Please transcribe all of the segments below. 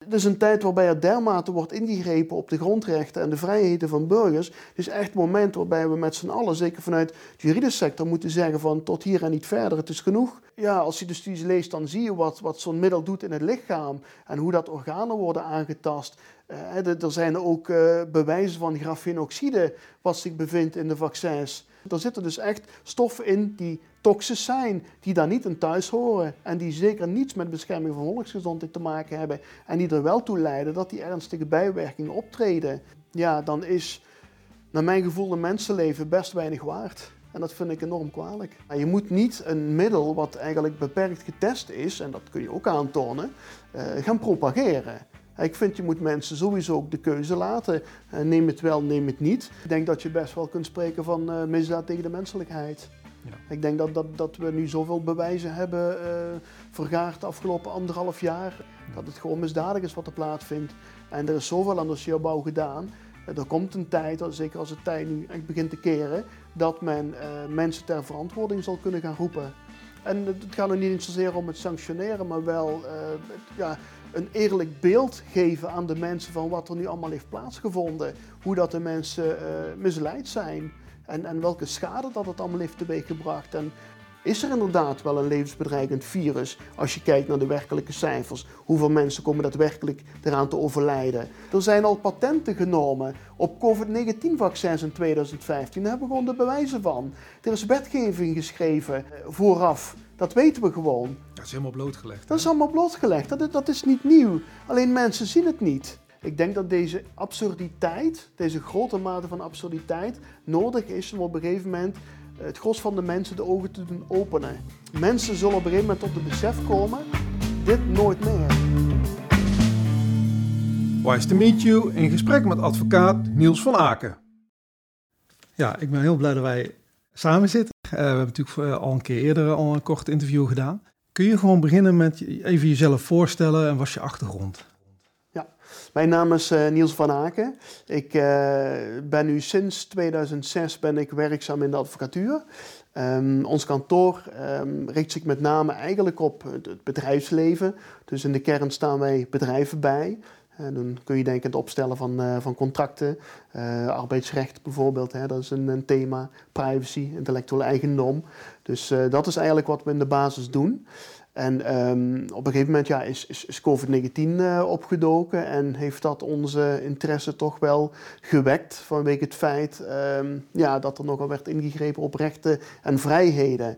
Het is een tijd waarbij er dermate wordt ingegrepen op de grondrechten en de vrijheden van burgers. Het is echt het moment waarbij we met z'n allen, zeker vanuit de juridische sector, moeten zeggen van tot hier en niet verder, het is genoeg. Ja, als je de studies leest, dan zie je wat zo'n middel doet in het lichaam en hoe dat organen worden aangetast. Er zijn ook bewijzen van grafenoxide wat zich bevindt in de vaccins. Er zitten dus echt stoffen in die toxisch zijn, die daar niet in thuis horen en die zeker niets met bescherming van volksgezondheid te maken hebben en die er wel toe leiden dat die ernstige bijwerkingen optreden. Ja, dan is naar mijn gevoel een mensenleven best weinig waard. En dat vind ik enorm kwalijk. Je moet niet een middel wat eigenlijk beperkt getest is, en dat kun je ook aantonen, gaan propageren. Ik vind je moet mensen sowieso ook de keuze laten. Neem het wel, neem het niet. Ik denk dat je best wel kunt spreken van misdaad tegen de menselijkheid. Ja. Ik denk dat we nu zoveel bewijzen hebben vergaard de afgelopen 1,5 jaar. Dat het gewoon misdadig is wat er plaatsvindt. En er is zoveel aan dossierbouw gedaan. Er komt een tijd, zeker als het tijd nu echt begint te keren, dat men mensen ter verantwoording zal kunnen gaan roepen. En het gaat er niet eens zozeer om het sanctioneren, maar wel een eerlijk beeld geven aan de mensen van wat er nu allemaal heeft plaatsgevonden. Hoe dat de mensen misleid zijn en welke schade dat het allemaal heeft teweeggebracht. En is er inderdaad wel een levensbedreigend virus als je kijkt naar de werkelijke cijfers? Hoeveel mensen komen daadwerkelijk eraan te overlijden? Er zijn al patenten genomen op COVID-19-vaccins in 2015. Daar hebben we gewoon de bewijzen van. Er is wetgeving geschreven vooraf. Dat weten we gewoon. Dat is helemaal blootgelegd. Dat is allemaal blootgelegd. Dat is niet nieuw. Alleen mensen zien het niet. Ik denk dat deze absurditeit, deze grote mate van absurditeit, nodig is om op een gegeven moment het gros van de mensen de ogen te doen openen. Mensen zullen op een gegeven moment tot het besef komen, dit nooit meer. Wise to meet you, in gesprek met advocaat Niels van Aken. Ja, ik ben heel blij dat wij samen zitten. We hebben natuurlijk al een keer eerder al een kort interview gedaan. Kun je gewoon beginnen met even jezelf voorstellen en wat is je achtergrond? Ja, mijn naam is Niels van Aken. Ik ben nu sinds 2006 werkzaam in de advocatuur. Ons kantoor richt zich met name eigenlijk op het bedrijfsleven. Dus in de kern staan wij bedrijven bij. Dan kun je denken aan het opstellen van contracten, arbeidsrecht bijvoorbeeld, dat is een thema, privacy, intellectuele eigendom. Dus dat is eigenlijk wat we in de basis doen. En op een gegeven moment is COVID-19 opgedoken en heeft dat onze interesse toch wel gewekt vanwege het feit dat er nogal werd ingegrepen op rechten en vrijheden.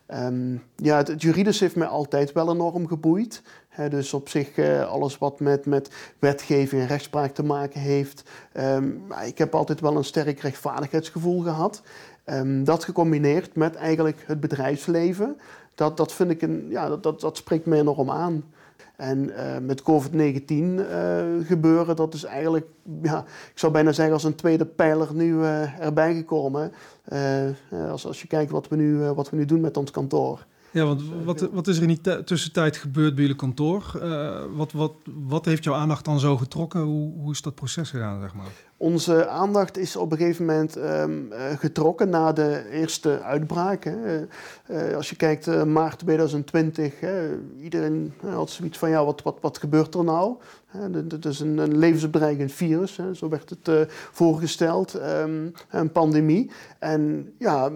Het juridisch heeft mij altijd wel enorm geboeid. Dus op zich alles wat met wetgeving en rechtspraak te maken heeft. Ik heb altijd wel een sterk rechtvaardigheidsgevoel gehad. Dat gecombineerd met eigenlijk het bedrijfsleven. Dat vind ik dat spreekt mij enorm aan. En met COVID-19 gebeuren, dat is eigenlijk, ik zou bijna zeggen als een tweede pijler nu erbij gekomen. Als je kijkt wat we nu doen met ons kantoor. Ja, want wat is er in die tussentijd gebeurd bij jullie kantoor? Wat heeft jouw aandacht dan zo getrokken? Hoe is dat proces gegaan, zeg maar? Onze aandacht is op een gegeven moment getrokken na de eerste uitbraak. Als je kijkt maart 2020, iedereen had zoiets van wat gebeurt er nou? Het is een levensbedreigend virus, zo werd het voorgesteld, een pandemie. En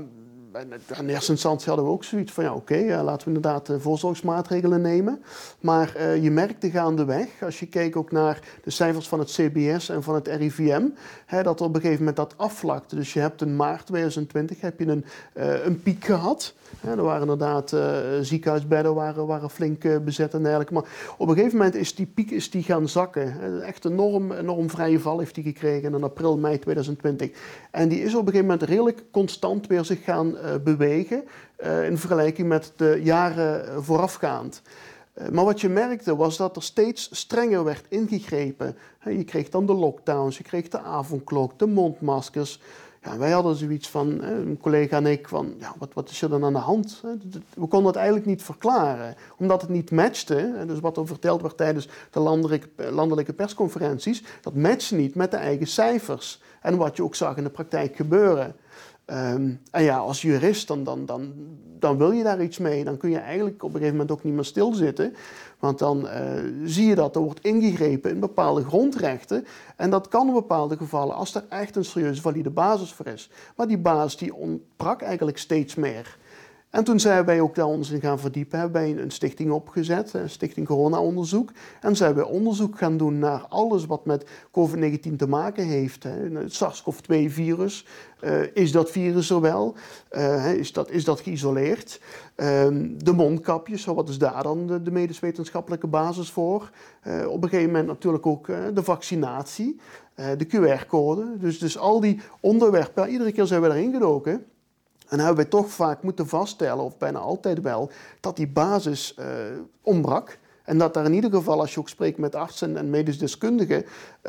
in eerste instantie hadden we ook zoiets van laten we inderdaad voorzorgsmaatregelen nemen. Maar je merkte gaandeweg, als je keek ook naar de cijfers van het CBS en van het RIVM, dat er op een gegeven moment dat afvlakte. Dus je hebt in maart 2020 een piek gehad. Er waren inderdaad ziekenhuisbedden waren flink bezet en dergelijke. Maar op een gegeven moment is die piek gaan zakken. Echt enorm vrije val heeft die gekregen in april, mei 2020. En die is op een gegeven moment redelijk constant weer zich gaan bewegen in vergelijking met de jaren voorafgaand. Maar wat je merkte was dat er steeds strenger werd ingegrepen. Je kreeg dan de lockdowns, je kreeg de avondklok, de mondmaskers. Ja, wij hadden zoiets van, een collega en ik, van wat is er dan aan de hand? We konden het eigenlijk niet verklaren, omdat het niet matchte. Dus wat er verteld werd tijdens de landelijke persconferenties, dat matchte niet met de eigen cijfers. En wat je ook zag in de praktijk gebeuren. En ja, als jurist dan wil je daar iets mee. Dan kun je eigenlijk op een gegeven moment ook niet meer stilzitten. Want dan zie je dat er wordt ingegrepen in bepaalde grondrechten. En dat kan in bepaalde gevallen als er echt een serieuze valide basis voor is. Maar die basis die ontbrak eigenlijk steeds meer. En toen zijn wij ook daar ons in gaan verdiepen, hebben wij een stichting opgezet, Stichting Corona-onderzoek. En zijn wij onderzoek gaan doen naar alles wat met COVID-19 te maken heeft. Het SARS-CoV-2-virus, is dat virus er wel? Is dat geïsoleerd? De mondkapjes, wat is daar dan de medisch wetenschappelijke basis voor? Op een gegeven moment natuurlijk ook de vaccinatie, de QR-code. Dus al die onderwerpen, iedere keer zijn we daarin gedoken. En hebben wij toch vaak moeten vaststellen, of bijna altijd wel, dat die basis ontbrak. En dat daar in ieder geval, als je ook spreekt met artsen en medisch deskundigen,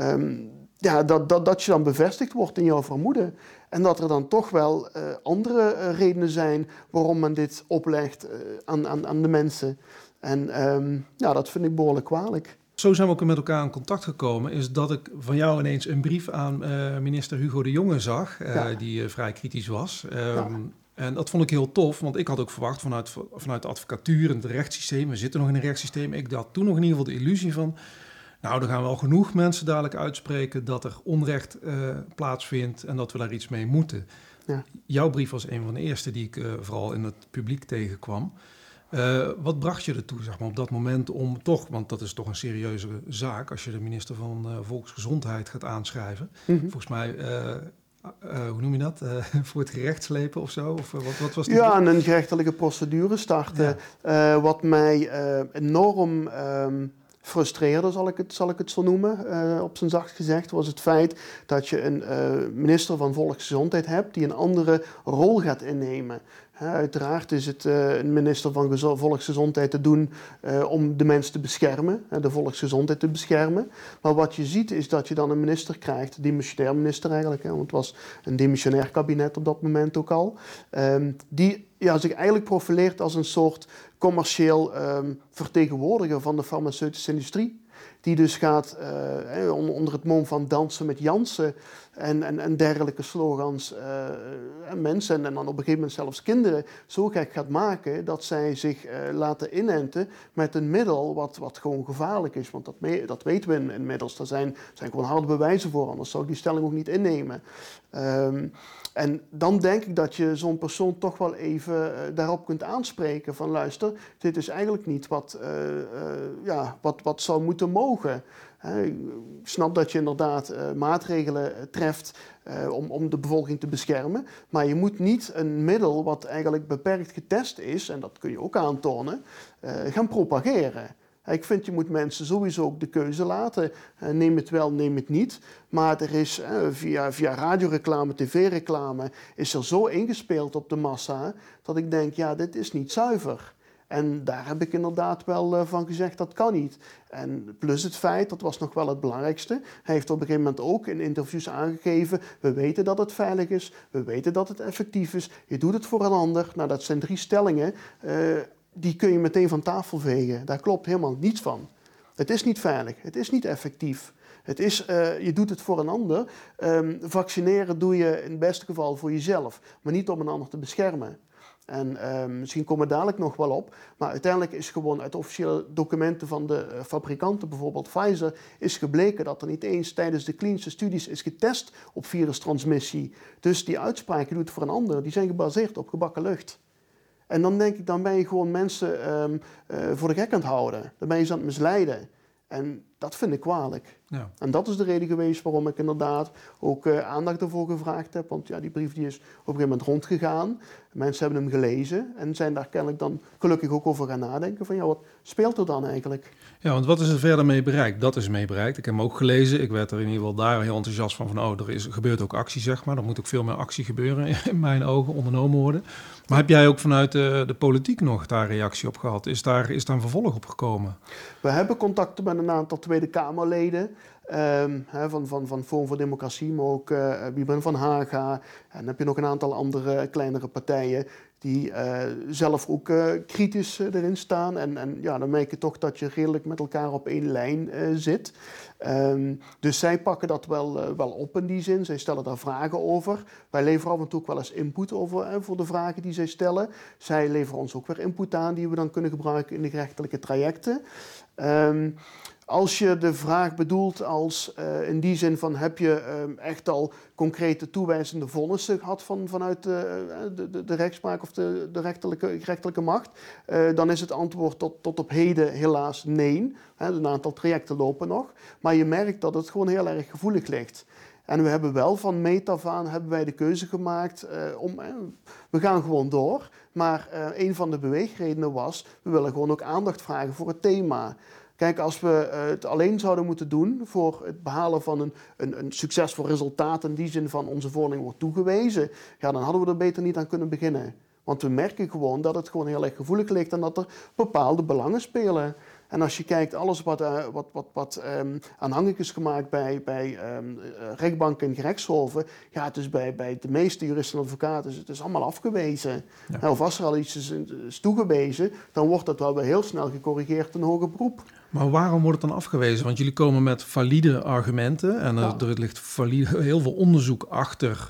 dat je dan bevestigd wordt in jouw vermoeden. En dat er dan toch wel andere redenen zijn waarom men dit oplegt aan de mensen. En dat vind ik behoorlijk kwalijk. Zo zijn we ook met elkaar in contact gekomen, is dat ik van jou ineens een brief aan minister Hugo de Jonge zag, die vrij kritisch was. En dat vond ik heel tof, want ik had ook verwacht vanuit de advocatuur en het rechtssysteem, we zitten nog in een rechtssysteem, ik had toen nog in ieder geval de illusie van, nou, er gaan wel genoeg mensen dadelijk uitspreken dat er onrecht plaatsvindt en dat we daar iets mee moeten. Ja. Jouw brief was een van de eerste die ik vooral in het publiek tegenkwam. Wat bracht je ertoe, zeg maar, op dat moment om toch, want dat is toch een serieuze zaak als je de minister van Volksgezondheid gaat aanschrijven. Mm-hmm. Volgens mij, hoe noem je dat? Voor het gerecht slepen of zo? Of wat was die? Ja, en een gerechtelijke procedure starten. Ja. Wat mij enorm frustreerde, zal ik het zo noemen, op zijn zacht gezegd, was het feit dat je een minister van Volksgezondheid hebt die een andere rol gaat innemen. Uiteraard is het een minister van Volksgezondheid te doen om de mensen te beschermen, de volksgezondheid te beschermen. Maar wat je ziet is dat je dan een minister krijgt, een demissionair minister eigenlijk, want het was een demissionair kabinet op dat moment ook al, die zich eigenlijk profileert als een soort commercieel vertegenwoordiger van de farmaceutische industrie. Die dus gaat onder het mom van dansen met Janssen en dergelijke slogans mensen en dan op een gegeven moment zelfs kinderen zo gek gaat maken dat zij zich laten inenten met een middel wat gewoon gevaarlijk is. Want dat weten we inmiddels. Daar zijn gewoon harde bewijzen voor, anders zou ik die stelling ook niet innemen. En dan denk ik dat je zo'n persoon toch wel even daarop kunt aanspreken van luister, dit is eigenlijk niet wat zou moeten mogen. Ik snap dat je inderdaad maatregelen treft om de bevolking te beschermen, maar je moet niet een middel wat eigenlijk beperkt getest is, en dat kun je ook aantonen, gaan propageren. Ik vind je moet mensen sowieso ook de keuze laten. Neem het wel, neem het niet. Maar er is via radioreclame, tv-reclame, is er zo ingespeeld op de massa dat ik denk, ja, dit is niet zuiver. En daar heb ik inderdaad wel van gezegd, dat kan niet. En plus het feit, dat was nog wel het belangrijkste, hij heeft op een gegeven moment ook in interviews aangegeven, we weten dat het veilig is, we weten dat het effectief is, je doet het voor een ander. Nou, dat zijn 3 stellingen, die kun je meteen van tafel vegen. Daar klopt helemaal niets van. Het is niet veilig, het is niet effectief. Het is, je doet het voor een ander. Vaccineren doe je in het beste geval voor jezelf, maar niet om een ander te beschermen. En misschien komen we dadelijk nog wel op, maar uiteindelijk is gewoon uit officiële documenten van de fabrikanten, bijvoorbeeld Pfizer, is gebleken dat er niet eens tijdens de klinische studies is getest op virustransmissie. Dus die uitspraken, je doet het voor een ander, die zijn gebaseerd op gebakken lucht. En dan denk ik, dan ben je gewoon mensen voor de gek aan het houden. Dan ben je ze aan het misleiden. En dat vind ik kwalijk. Ja. En dat is de reden geweest waarom ik inderdaad ook aandacht ervoor gevraagd heb. Want ja, die brief die is op een gegeven moment rondgegaan. Mensen hebben hem gelezen en zijn daar kennelijk dan gelukkig ook over gaan nadenken. Van ja, wat speelt er dan eigenlijk? Ja, want wat is er verder mee bereikt? Dat is mee bereikt. Ik heb hem ook gelezen. Ik werd er in ieder geval daar heel enthousiast van er gebeurt ook actie, zeg maar. Er moet ook veel meer actie gebeuren, in mijn ogen, ondernomen worden. Maar heb jij ook vanuit de politiek nog daar reactie op gehad? Is daar een vervolg op gekomen? We hebben contacten met een aantal Tweede Kamerleden. Van Forum voor Democratie, maar ook Wiebren van Haga. En dan heb je nog een aantal andere kleinere partijen die zelf ook kritisch erin staan. En ja, dan merk je toch dat je redelijk met elkaar op één lijn zit. Dus zij pakken dat wel op in die zin. Zij stellen daar vragen over. Wij leveren af en toe ook wel eens input over voor de vragen die zij stellen. Zij leveren ons ook weer input aan die we dan kunnen gebruiken in de gerechtelijke trajecten. Als je de vraag bedoelt als in die zin van heb je echt al concrete toewijzende vonnissen gehad vanuit de rechtspraak of de gerechtelijke macht, dan is het antwoord tot op heden helaas nee. Een aantal trajecten lopen nog, maar je merkt dat het gewoon heel erg gevoelig ligt. En we hebben wel van meet af aan hebben wij de keuze gemaakt we gaan gewoon door. Maar een van de beweegredenen was, we willen gewoon ook aandacht vragen voor het thema. Kijk, als we het alleen zouden moeten doen voor het behalen van een succesvol resultaat in die zin van onze verordening wordt toegewezen, ja, dan hadden we er beter niet aan kunnen beginnen. Want we merken gewoon dat het gewoon heel erg gevoelig ligt en dat er bepaalde belangen spelen. En als je kijkt, alles wat aanhangig is gemaakt bij rechtbanken en gerechtshoven, ja, het is bij de meeste juristen en advocaten, het is allemaal afgewezen. Ja. Of als er al iets is toegewezen, dan wordt dat wel weer heel snel gecorrigeerd in hoger beroep. Maar waarom wordt het dan afgewezen? Want jullie komen met valide argumenten en er ligt heel veel onderzoek achter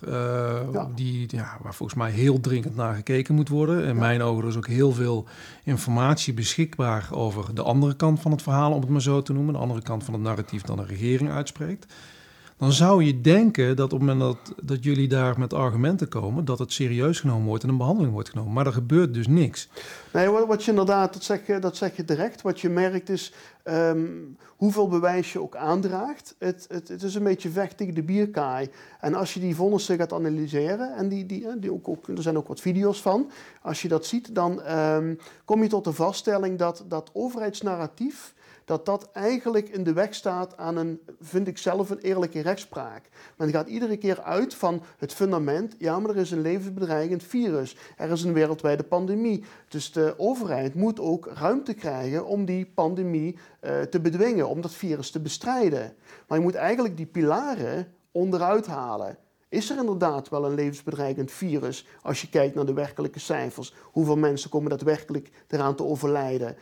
waar volgens mij heel dringend naar gekeken moet worden. In mijn ogen is ook heel veel informatie beschikbaar over de andere kant van het verhaal, om het maar zo te noemen. De andere kant van het narratief dan de regering uitspreekt. Dan zou je denken dat op het moment dat jullie daar met argumenten komen, dat het serieus genomen wordt en een behandeling wordt genomen. Maar er gebeurt dus niks. Nee, wat je inderdaad, dat zeg je direct. Wat je merkt is hoeveel bewijs je ook aandraagt. Het is een beetje vecht tegen de bierkaai. En als je die vonnissen gaat analyseren, en er zijn ook wat video's van. Als je dat ziet, dan kom je tot de vaststelling dat overheidsnarratief, dat eigenlijk in de weg staat aan vind ik zelf, een eerlijke rechtspraak. Men gaat iedere keer uit van het fundament, ja, maar er is een levensbedreigend virus. Er is een wereldwijde pandemie. Dus de overheid moet ook ruimte krijgen om die pandemie te bedwingen, om dat virus te bestrijden. Maar je moet eigenlijk die pilaren onderuit halen. Is er inderdaad wel een levensbedreigend virus als je kijkt naar de werkelijke cijfers? Hoeveel mensen komen daadwerkelijk eraan te overlijden?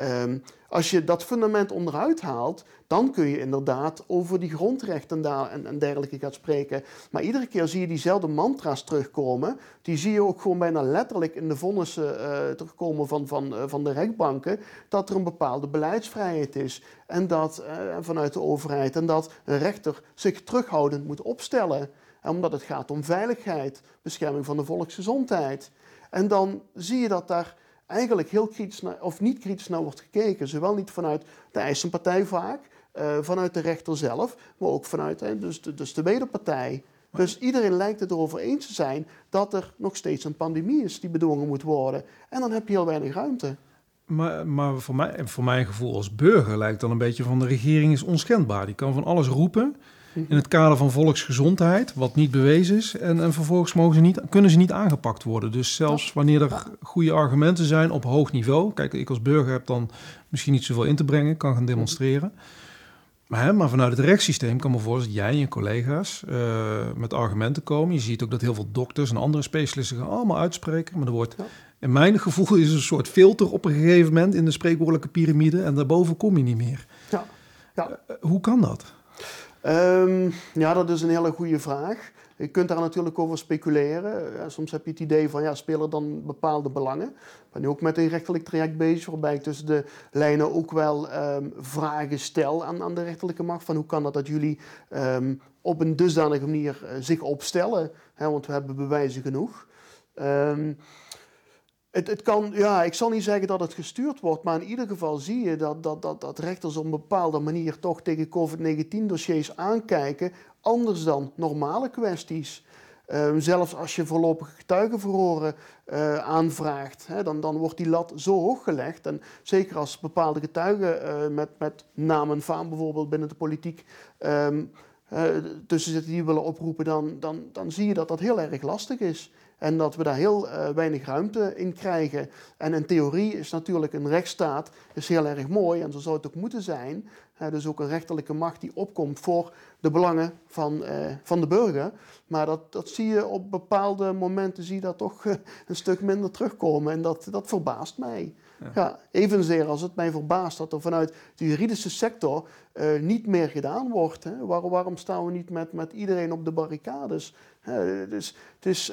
Als je dat fundament onderuit haalt, dan kun je inderdaad over die grondrechten en dergelijke gaan spreken. Maar iedere keer zie je diezelfde mantra's terugkomen. Die zie je ook gewoon bijna letterlijk in de vonnissen terugkomen van de rechtbanken. Dat er een bepaalde beleidsvrijheid is en dat vanuit de overheid. En dat een rechter zich terughoudend moet opstellen. Omdat het gaat om veiligheid, bescherming van de volksgezondheid. En dan zie je dat daar eigenlijk heel kritisch of niet kritisch naar wordt gekeken. Zowel niet vanuit de eisende partij vaak, vanuit de rechter zelf, maar ook vanuit dus de wederpartij. Dus iedereen lijkt het erover eens te zijn dat er nog steeds een pandemie is die bedwongen moet worden. En dan heb je heel weinig ruimte. Maar voor mijn gevoel als burger lijkt dan een beetje van de regering is onschendbaar. Die kan van alles roepen in het kader van volksgezondheid, wat niet bewezen is. En vervolgens kunnen ze niet aangepakt worden. Dus zelfs wanneer er goede argumenten zijn op hoog niveau. Kijk, ik als burger heb dan misschien niet zoveel in te brengen, kan gaan demonstreren. Maar vanuit het rechtssysteem kan me voorstellen dat jij en je collega's met argumenten komen. Je ziet ook dat heel veel dokters en andere specialisten gaan allemaal uitspreken. Maar er wordt, in mijn gevoel, is een soort filter op een gegeven moment in de spreekwoordelijke piramide. En daarboven kom je niet meer. Ja. Hoe kan dat? Dat is een hele goede vraag. Je kunt daar natuurlijk over speculeren. Soms heb je het idee van, spelen dan bepaalde belangen. Ik ben nu ook met een rechterlijk traject bezig, waarbij ik tussen de lijnen ook wel vragen stel aan de rechterlijke macht. Van hoe kan dat jullie op een dusdanige manier zich opstellen? Want we hebben bewijzen genoeg. Het kan, ik zal niet zeggen dat het gestuurd wordt, maar in ieder geval zie je dat rechters op een bepaalde manier toch tegen COVID-19 dossiers aankijken, anders dan normale kwesties. Zelfs als je voorlopige getuigenverhoren aanvraagt, dan wordt die lat zo hoog gelegd. En zeker als bepaalde getuigen met naam en faam bijvoorbeeld binnen de politiek tussen zitten die willen oproepen, dan zie je dat dat heel erg lastig is. En dat we daar heel weinig ruimte in krijgen. En in theorie is natuurlijk een rechtsstaat is heel erg mooi en zo zou het ook moeten zijn. Dus ook een rechterlijke macht die opkomt voor de belangen van de burger. Maar dat zie je op bepaalde momenten zie je dat toch een stuk minder terugkomen. En dat verbaast mij. Ja, evenzeer als het mij verbaast dat er vanuit de juridische sector niet meer gedaan wordt. Hè. Waarom staan we niet met iedereen op de barricades? Dus het is...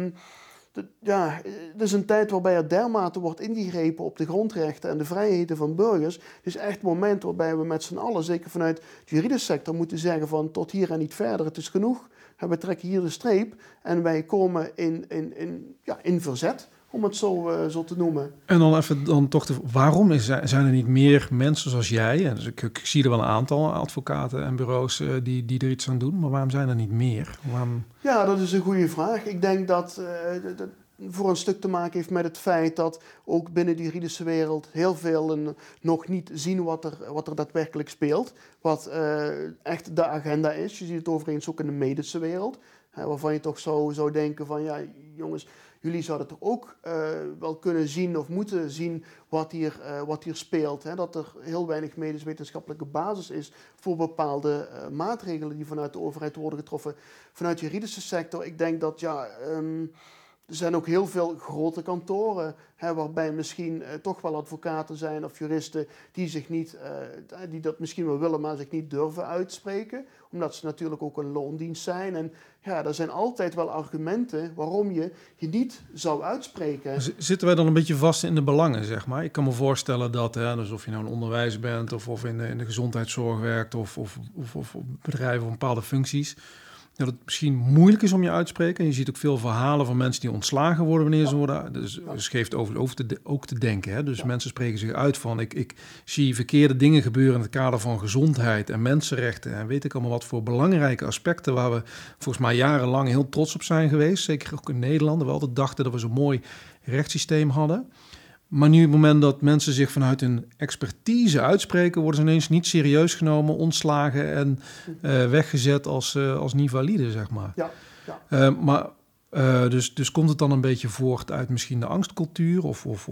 het is een tijd waarbij er dermate wordt ingegrepen op de grondrechten en de vrijheden van burgers. Het is echt het moment waarbij we met z'n allen, zeker vanuit de juridische sector, moeten zeggen van tot hier en niet verder, het is genoeg. We trekken hier de streep en wij komen in verzet, om het zo te noemen. En dan even waarom zijn er niet meer mensen zoals jij? En dus ik zie er wel een aantal advocaten en bureaus die er iets aan doen, maar waarom zijn er niet meer? Ja, dat is een goede vraag. Ik denk dat voor een stuk te maken heeft met het feit dat ook binnen de juridische wereld heel veel nog niet zien wat er daadwerkelijk speelt. Wat echt de agenda is. Je ziet het overigens ook in de medische wereld. Waarvan je toch zou denken van ja jongens, jullie zouden toch ook wel kunnen zien of moeten zien wat hier speelt. Hè? Dat er heel weinig medisch-wetenschappelijke basis is voor bepaalde maatregelen die vanuit de overheid worden getroffen. Vanuit de juridische sector, ik denk dat er zijn ook heel veel grote kantoren, waarbij misschien toch wel advocaten zijn of juristen die dat misschien wel willen, maar zich niet durven uitspreken. Omdat ze natuurlijk ook een loondienst zijn. En ja, er zijn altijd wel argumenten waarom je niet zou uitspreken. Zitten wij dan een beetje vast in de belangen, zeg maar? Ik kan me voorstellen dat, dus of je nou een onderwijzer bent of in de gezondheidszorg werkt of bedrijven of bepaalde functies, dat het misschien moeilijk is om je uit te spreken. Je ziet ook veel verhalen van mensen die ontslagen worden wanneer ze worden. Dus geeft over ook te denken. Hè? Dus mensen spreken zich uit van ik zie verkeerde dingen gebeuren in het kader van gezondheid en mensenrechten. En weet ik allemaal wat voor belangrijke aspecten waar we volgens mij jarenlang heel trots op zijn geweest. Zeker ook in Nederland. Waar we altijd dachten dat we zo'n mooi rechtssysteem hadden. Maar nu, op het moment dat mensen zich vanuit hun expertise uitspreken, worden ze ineens niet serieus genomen, ontslagen en weggezet als niet valide, zeg maar. Ja. Dus komt het dan een beetje voort uit misschien de angstcultuur?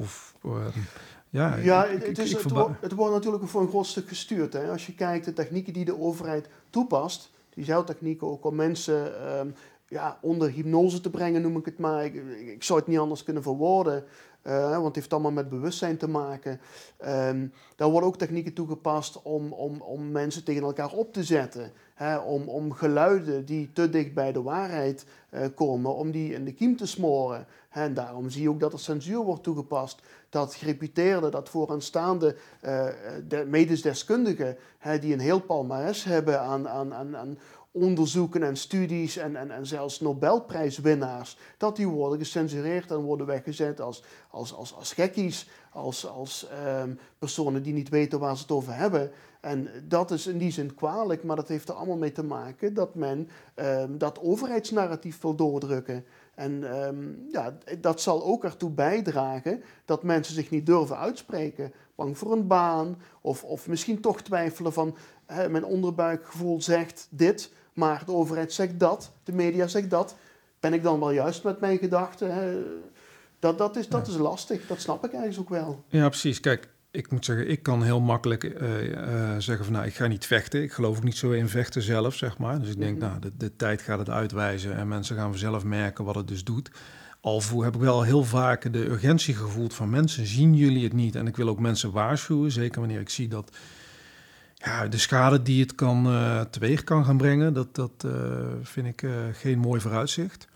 Het wordt natuurlijk voor een groot stuk gestuurd. Hè. Als je kijkt, de technieken die de overheid toepast, die zeiltechnieken ook om mensen onder hypnose te brengen, noem ik het maar. Ik zou het niet anders kunnen verwoorden. Want het heeft allemaal met bewustzijn te maken. Daar worden ook technieken toegepast om mensen tegen elkaar op te zetten. Om geluiden die te dicht bij de waarheid komen, om die in de kiem te smoren. En daarom zie je ook dat er censuur wordt toegepast. Dat gereputeerden, dat vooraanstaande medisch deskundigen, die een heel palmares hebben aan onderzoeken en studies en zelfs Nobelprijswinnaars, dat die worden gecensureerd en worden weggezet als gekkies, als personen die niet weten waar ze het over hebben. En dat is in die zin kwalijk, maar dat heeft er allemaal mee te maken dat men dat overheidsnarratief wil doordrukken. En dat zal ook ertoe bijdragen dat mensen zich niet durven uitspreken. Bang voor een baan of misschien toch twijfelen van mijn onderbuikgevoel zegt dit, maar de overheid zegt dat, de media zegt dat. Ben ik dan wel juist met mijn gedachten? Dat is lastig, dat snap ik eigenlijk ook wel. Ja, precies. Kijk, ik moet zeggen, ik kan heel makkelijk zeggen van ik ga niet vechten. Ik geloof ook niet zo in vechten zelf, zeg maar. Dus ik denk, de tijd gaat het uitwijzen en mensen gaan vanzelf merken wat het dus doet. Al heb ik wel heel vaak de urgentie gevoeld van mensen, zien jullie het niet? En ik wil ook mensen waarschuwen, zeker wanneer ik zie dat de schade die het teweeg kan gaan brengen, dat vind ik geen mooi vooruitzicht.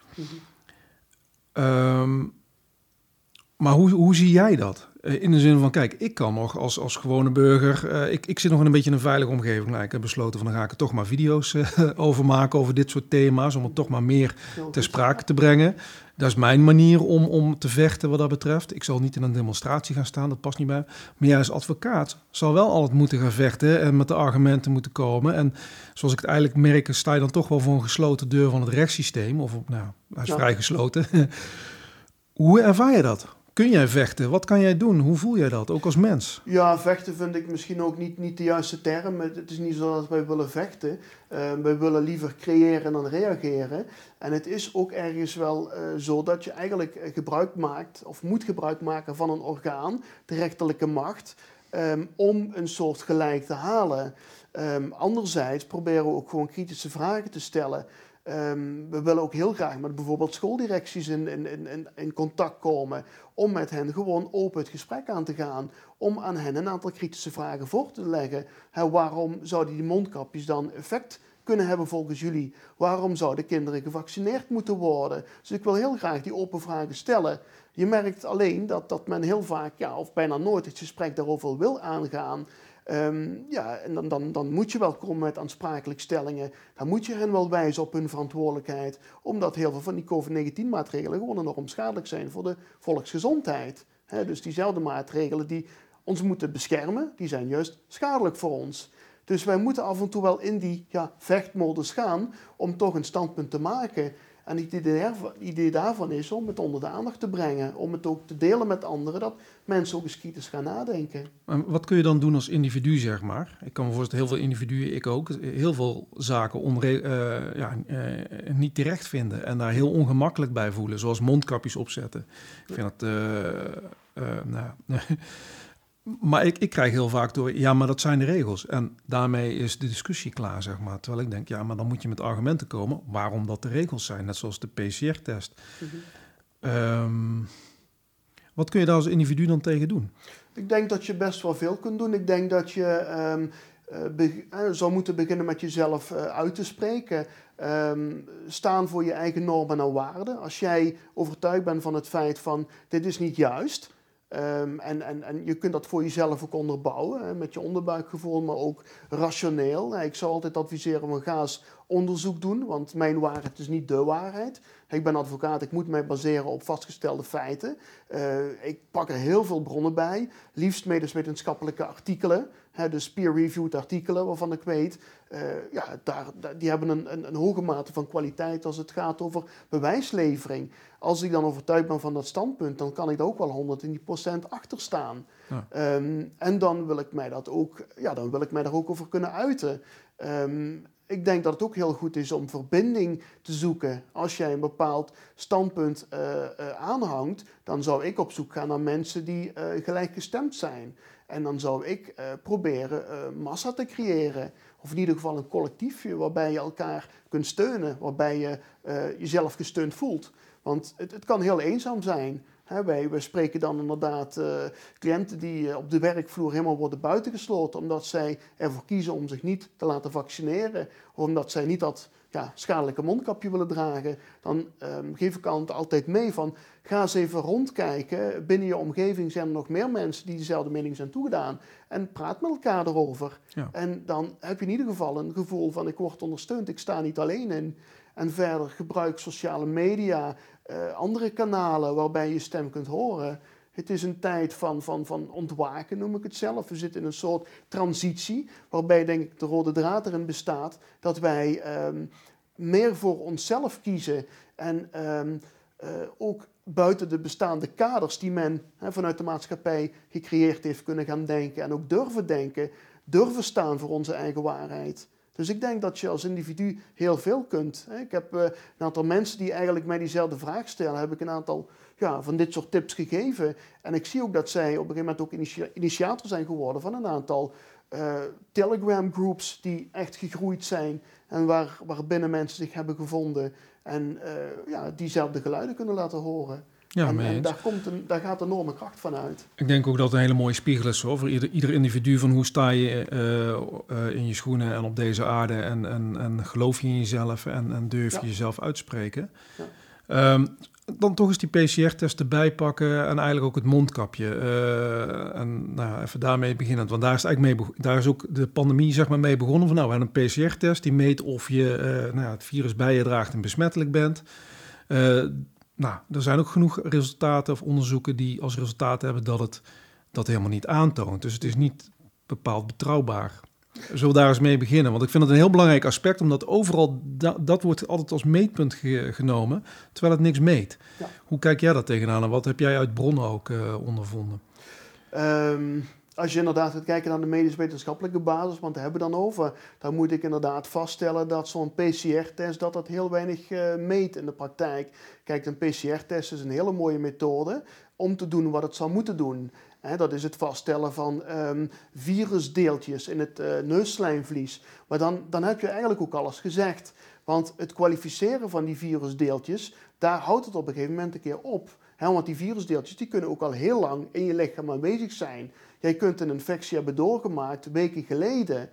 Maar hoe zie jij dat? In de zin van, kijk, ik kan nog als gewone burger, ik zit nog in een beetje in een veilige omgeving. Nou, ik heb besloten van, dan ga ik er toch maar video's over maken over dit soort thema's, om het toch maar meer ter sprake te brengen. Dat is mijn manier om te vechten wat dat betreft. Ik zal niet in een demonstratie gaan staan, dat past niet bij me. Maar jij als advocaat zal wel altijd moeten gaan vechten en met de argumenten moeten komen. En zoals ik het eigenlijk merk, sta je dan toch wel voor een gesloten deur van het rechtssysteem. Of hij is vrij gesloten. Hoe ervaar je dat? Kun jij vechten? Wat kan jij doen? Hoe voel jij dat, ook als mens? Ja, vechten vind ik misschien ook niet de juiste term. Het is niet zo dat wij willen vechten. Wij willen liever creëren dan reageren. En het is ook ergens wel zo dat je eigenlijk gebruik maakt, of moet gebruik maken van een orgaan, de rechterlijke macht, om een soort gelijk te halen. Anderzijds proberen we ook gewoon kritische vragen te stellen. We willen ook heel graag met bijvoorbeeld schooldirecties in contact komen om met hen gewoon open het gesprek aan te gaan, om aan hen een aantal kritische vragen voor te leggen. Waarom zouden die mondkapjes dan effect kunnen hebben volgens jullie? Waarom zouden kinderen gevaccineerd moeten worden? Dus ik wil heel graag die open vragen stellen. Je merkt alleen dat men heel vaak, of bijna nooit, het gesprek daarover wil aangaan. En dan moet je wel komen met aansprakelijkstellingen. Dan moet je hen wel wijzen op hun verantwoordelijkheid. Omdat heel veel van die COVID-19-maatregelen gewoon enorm schadelijk zijn voor de volksgezondheid. Dus diezelfde maatregelen die ons moeten beschermen, die zijn juist schadelijk voor ons. Dus wij moeten af en toe wel in die vechtmodus gaan om toch een standpunt te maken. En het idee daarvan is om het onder de aandacht te brengen. Om het ook te delen met anderen, dat mensen ook eens kritisch gaan nadenken. En wat kun je dan doen als individu, zeg maar? Ik kan me voorstellen, heel veel individuen, ik ook, heel veel zaken niet terecht vinden. En daar heel ongemakkelijk bij voelen, zoals mondkapjes opzetten. Ik vind dat... Maar ik krijg heel vaak door, maar dat zijn de regels. En daarmee is de discussie klaar, zeg maar. Terwijl ik denk, maar dan moet je met argumenten komen waarom dat de regels zijn. Net zoals de PCR-test. Mm-hmm. Wat kun je daar als individu dan tegen doen? Ik denk dat je best wel veel kunt doen. Ik denk dat je zou moeten beginnen met jezelf uit te spreken. Staan voor je eigen normen en waarden. Als jij overtuigd bent van het feit van, dit is niet juist... En je kunt dat voor jezelf ook onderbouwen, met je onderbuikgevoel, maar ook rationeel. Ik zou altijd adviseren van ga eens onderzoek doen, want mijn waarheid is niet de waarheid. Ik ben advocaat, ik moet mij baseren op vastgestelde feiten. Ik pak er heel veel bronnen bij, liefst medisch wetenschappelijke artikelen. Dus peer-reviewed artikelen waarvan ik weet, die hebben een hoge mate van kwaliteit als het gaat over bewijslevering. Als ik dan overtuigd ben van dat standpunt, dan kan ik er ook wel 110% achter staan. Ja. En dan wil ik mij daar ook over kunnen uiten. Ik denk dat het ook heel goed is om verbinding te zoeken. Als jij een bepaald standpunt aanhangt, dan zou ik op zoek gaan naar mensen die gelijkgestemd zijn. En dan zou ik proberen massa te creëren. Of in ieder geval een collectiefje waarbij je elkaar kunt steunen. Waarbij je jezelf gesteund voelt. Want het kan heel eenzaam zijn. Wij spreken dan inderdaad cliënten die op de werkvloer helemaal worden buitengesloten. Omdat zij ervoor kiezen om zich niet te laten vaccineren. Of omdat zij niet dat schadelijke mondkapje willen dragen. Dan geef ik altijd mee van ga eens even rondkijken. Binnen je omgeving zijn er nog meer mensen die dezelfde mening zijn toegedaan. En praat met elkaar erover. Ja. En dan heb je in ieder geval een gevoel van ik word ondersteund. Ik sta niet alleen in. En verder gebruik sociale media, andere kanalen waarbij je stem kunt horen. Het is een tijd van ontwaken, noem ik het zelf. We zitten in een soort transitie, waarbij denk ik de rode draad erin bestaat dat wij meer voor onszelf kiezen en ook buiten de bestaande kaders die men vanuit de maatschappij gecreëerd heeft kunnen gaan denken en ook durven denken, durven staan voor onze eigen waarheid. Dus ik denk dat je als individu heel veel kunt. Ik heb een aantal mensen die eigenlijk mij diezelfde vraag stellen, heb ik een aantal van dit soort tips gegeven. En ik zie ook dat zij op een gegeven moment ook initiator zijn geworden van een aantal Telegram groups die echt gegroeid zijn en waarbinnen mensen zich hebben gevonden en diezelfde geluiden kunnen laten horen. Ja, en daar gaat een enorme kracht van uit. Ik denk ook dat het een hele mooie spiegel is hoor, voor ieder individu van hoe sta je in je schoenen en op deze aarde en geloof je in jezelf en durf je jezelf uitspreken. Ja. Dan toch eens die PCR-test erbij pakken en eigenlijk ook het mondkapje. Even daarmee beginnen, want daar is eigenlijk daar is ook de pandemie zeg maar mee begonnen. Van, we hebben een PCR-test die meet of je het virus bij je draagt en besmettelijk bent. Er zijn ook genoeg resultaten of onderzoeken die als resultaat hebben dat het dat helemaal niet aantoont. Dus het is niet bepaald betrouwbaar. Zullen we daar eens mee beginnen? Want ik vind het een heel belangrijk aspect, omdat overal dat wordt altijd als meetpunt genomen, terwijl het niks meet. Ja. Hoe kijk jij daar tegenaan en wat heb jij uit bronnen ook ondervonden? Als je inderdaad gaat kijken naar de medisch-wetenschappelijke basis, want daar hebben we dan over, dan moet ik inderdaad vaststellen dat zo'n PCR-test dat heel weinig meet in de praktijk. Kijk, een PCR-test is een hele mooie methode om te doen wat het zou moeten doen. Dat is het vaststellen van virusdeeltjes in het neusslijmvlies. Maar dan heb je eigenlijk ook alles gezegd. Want het kwalificeren van die virusdeeltjes, daar houdt het op een gegeven moment een keer op. Want die virusdeeltjes die kunnen ook al heel lang in je lichaam aanwezig zijn. Jij kunt een infectie hebben doorgemaakt weken geleden.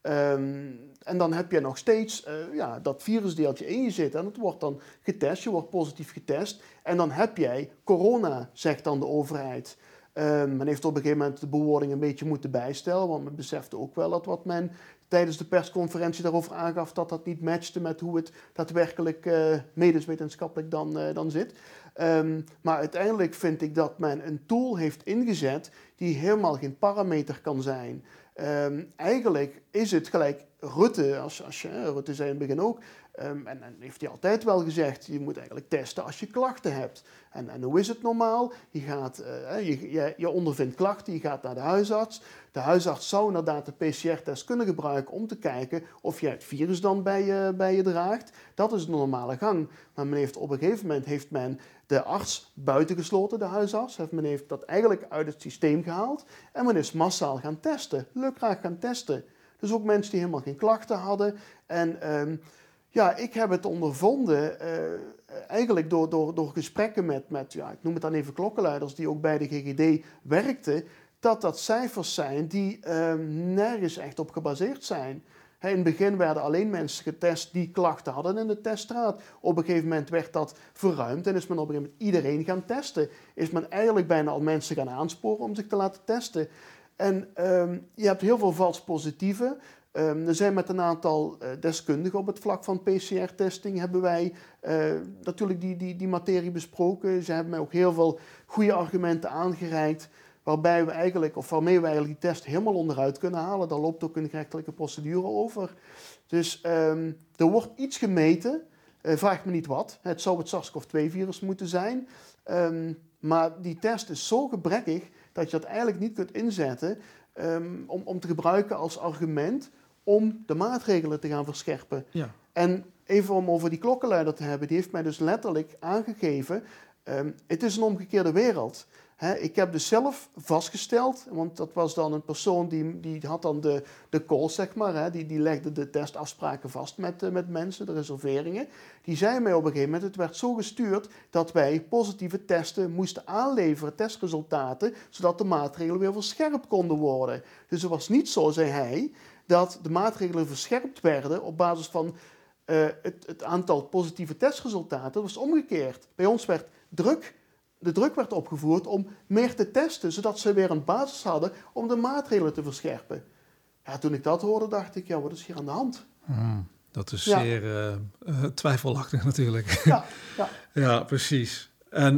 En dan heb je nog steeds dat virusdeeltje in je zitten. En het wordt dan getest, je wordt positief getest. En dan heb jij corona, zegt dan de overheid. Men heeft op een gegeven moment de bewoording een beetje moeten bijstellen. Want men besefte ook wel dat wat men tijdens de persconferentie daarover aangaf, dat niet matchte met hoe het daadwerkelijk medisch wetenschappelijk dan zit. Maar uiteindelijk vind ik dat men een tool heeft ingezet die helemaal geen parameter kan zijn. Eigenlijk is het gelijk Rutte, Rutte zei in het begin ook, en heeft hij altijd wel gezegd, je moet eigenlijk testen als je klachten hebt. En hoe is het normaal? Je ondervindt klachten, je gaat naar de huisarts. De huisarts zou inderdaad de PCR-test kunnen gebruiken om te kijken of je het virus dan bij je draagt. Dat is de normale gang. Maar op een gegeven moment heeft men de arts buitengesloten, de huisarts. Men heeft dat eigenlijk uit het systeem gehaald. En men is massaal gaan testen, lukraak gaan testen. Dus ook mensen die helemaal geen klachten hadden. En ik heb het ondervonden eigenlijk door gesprekken met ik noem het dan even klokkenluiders die ook bij de GGD werkten, dat cijfers zijn die nergens echt op gebaseerd zijn. In het begin werden alleen mensen getest die klachten hadden in de teststraat. Op een gegeven moment werd dat verruimd en is men op een gegeven moment iedereen gaan testen. Is men eigenlijk bijna al mensen gaan aansporen om zich te laten testen. En je hebt heel veel vals positieven. Er zijn met een aantal deskundigen op het vlak van PCR-testing hebben wij natuurlijk die materie besproken. Ze hebben mij ook heel veel goede argumenten aangereikt waarmee we eigenlijk die test helemaal onderuit kunnen halen. Daar loopt ook een gerechtelijke procedure over. Dus er wordt iets gemeten. Vraag me niet wat. Het zou het SARS-CoV-2-virus moeten zijn. Maar die test is zo gebrekkig dat je dat eigenlijk niet kunt inzetten om te gebruiken als argument om de maatregelen te gaan verscherpen. Ja. En even om over die klokkenluider te hebben, die heeft mij dus letterlijk aangegeven, het is een omgekeerde wereld. Ik heb dus zelf vastgesteld, want dat was dan een persoon die had dan de call, zeg maar. Die legde de testafspraken vast met mensen, de reserveringen. Die zei mij op een gegeven moment, het werd zo gestuurd dat wij positieve testen moesten aanleveren, testresultaten, zodat de maatregelen weer verscherpt konden worden. Dus het was niet zo, zei hij, dat de maatregelen verscherpt werden op basis van het aantal positieve testresultaten. Dat was omgekeerd. Bij ons werd de druk werd opgevoerd om meer te testen, zodat ze weer een basis hadden om de maatregelen te verscherpen. Ja, toen ik dat hoorde, dacht ik, wat is hier aan de hand? Dat is zeer twijfelachtig natuurlijk. Ja. Ja, precies. En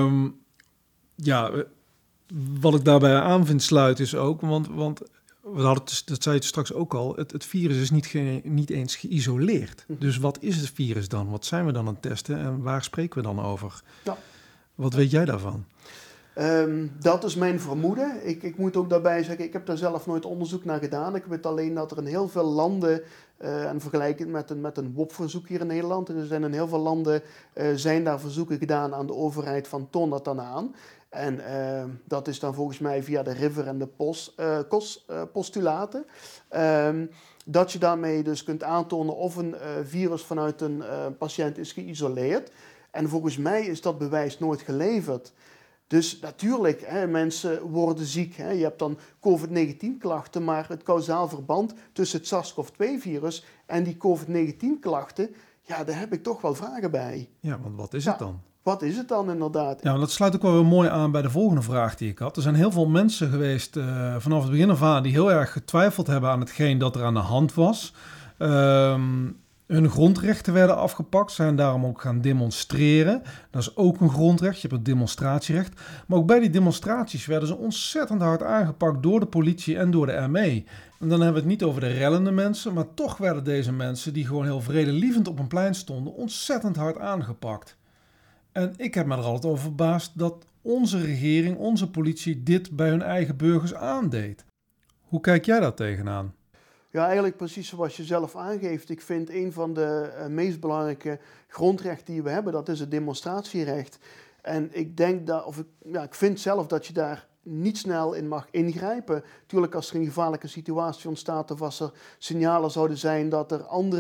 wat ik daarbij aan vind sluit is ook, want we hadden dat zei je straks ook al, het virus is niet eens geïsoleerd. Dus wat is het virus dan? Wat zijn we dan aan het testen en waar spreken we dan over? Ja. Wat weet jij daarvan? Dat is mijn vermoeden. Ik moet ook daarbij zeggen, ik heb daar zelf nooit onderzoek naar gedaan. Ik weet alleen dat er in heel veel landen, en vergelijkend met een WOP-verzoek hier in Nederland, er zijn in heel veel landen zijn daar verzoeken gedaan aan de overheid van toon dat dan aan. En dat is dan volgens mij via de RIVER en de COS-postulaten. Dat je daarmee dus kunt aantonen of een virus vanuit een patiënt is geïsoleerd. En volgens mij is dat bewijs nooit geleverd. Dus natuurlijk, mensen worden ziek. Je hebt dan COVID-19-klachten, maar het kausaal verband tussen het SARS-CoV-2-virus en die COVID-19-klachten, daar heb ik toch wel vragen bij. Ja, want wat is het dan? Wat is het dan inderdaad? Ja, dat sluit ook wel weer mooi aan bij de volgende vraag die ik had. Er zijn heel veel mensen geweest vanaf het begin af aan die heel erg getwijfeld hebben aan hetgeen dat er aan de hand was. Hun grondrechten werden afgepakt, zijn daarom ook gaan demonstreren. Dat is ook een grondrecht, je hebt het demonstratierecht. Maar ook bij die demonstraties werden ze ontzettend hard aangepakt door de politie en door de ME. En dan hebben we het niet over de rellende mensen, maar toch werden deze mensen, die gewoon heel vredelievend op een plein stonden, ontzettend hard aangepakt. En ik heb me er altijd over verbaasd dat onze regering, onze politie, dit bij hun eigen burgers aandeed. Hoe kijk jij daar tegenaan? Ja, eigenlijk precies zoals je zelf aangeeft. Ik vind een van de meest belangrijke grondrechten die we hebben, dat is het demonstratierecht. En ik denk dat, ik vind zelf dat je daar niet snel in mag ingrijpen. Tuurlijk, als er een gevaarlijke situatie ontstaat of als er signalen zouden zijn dat er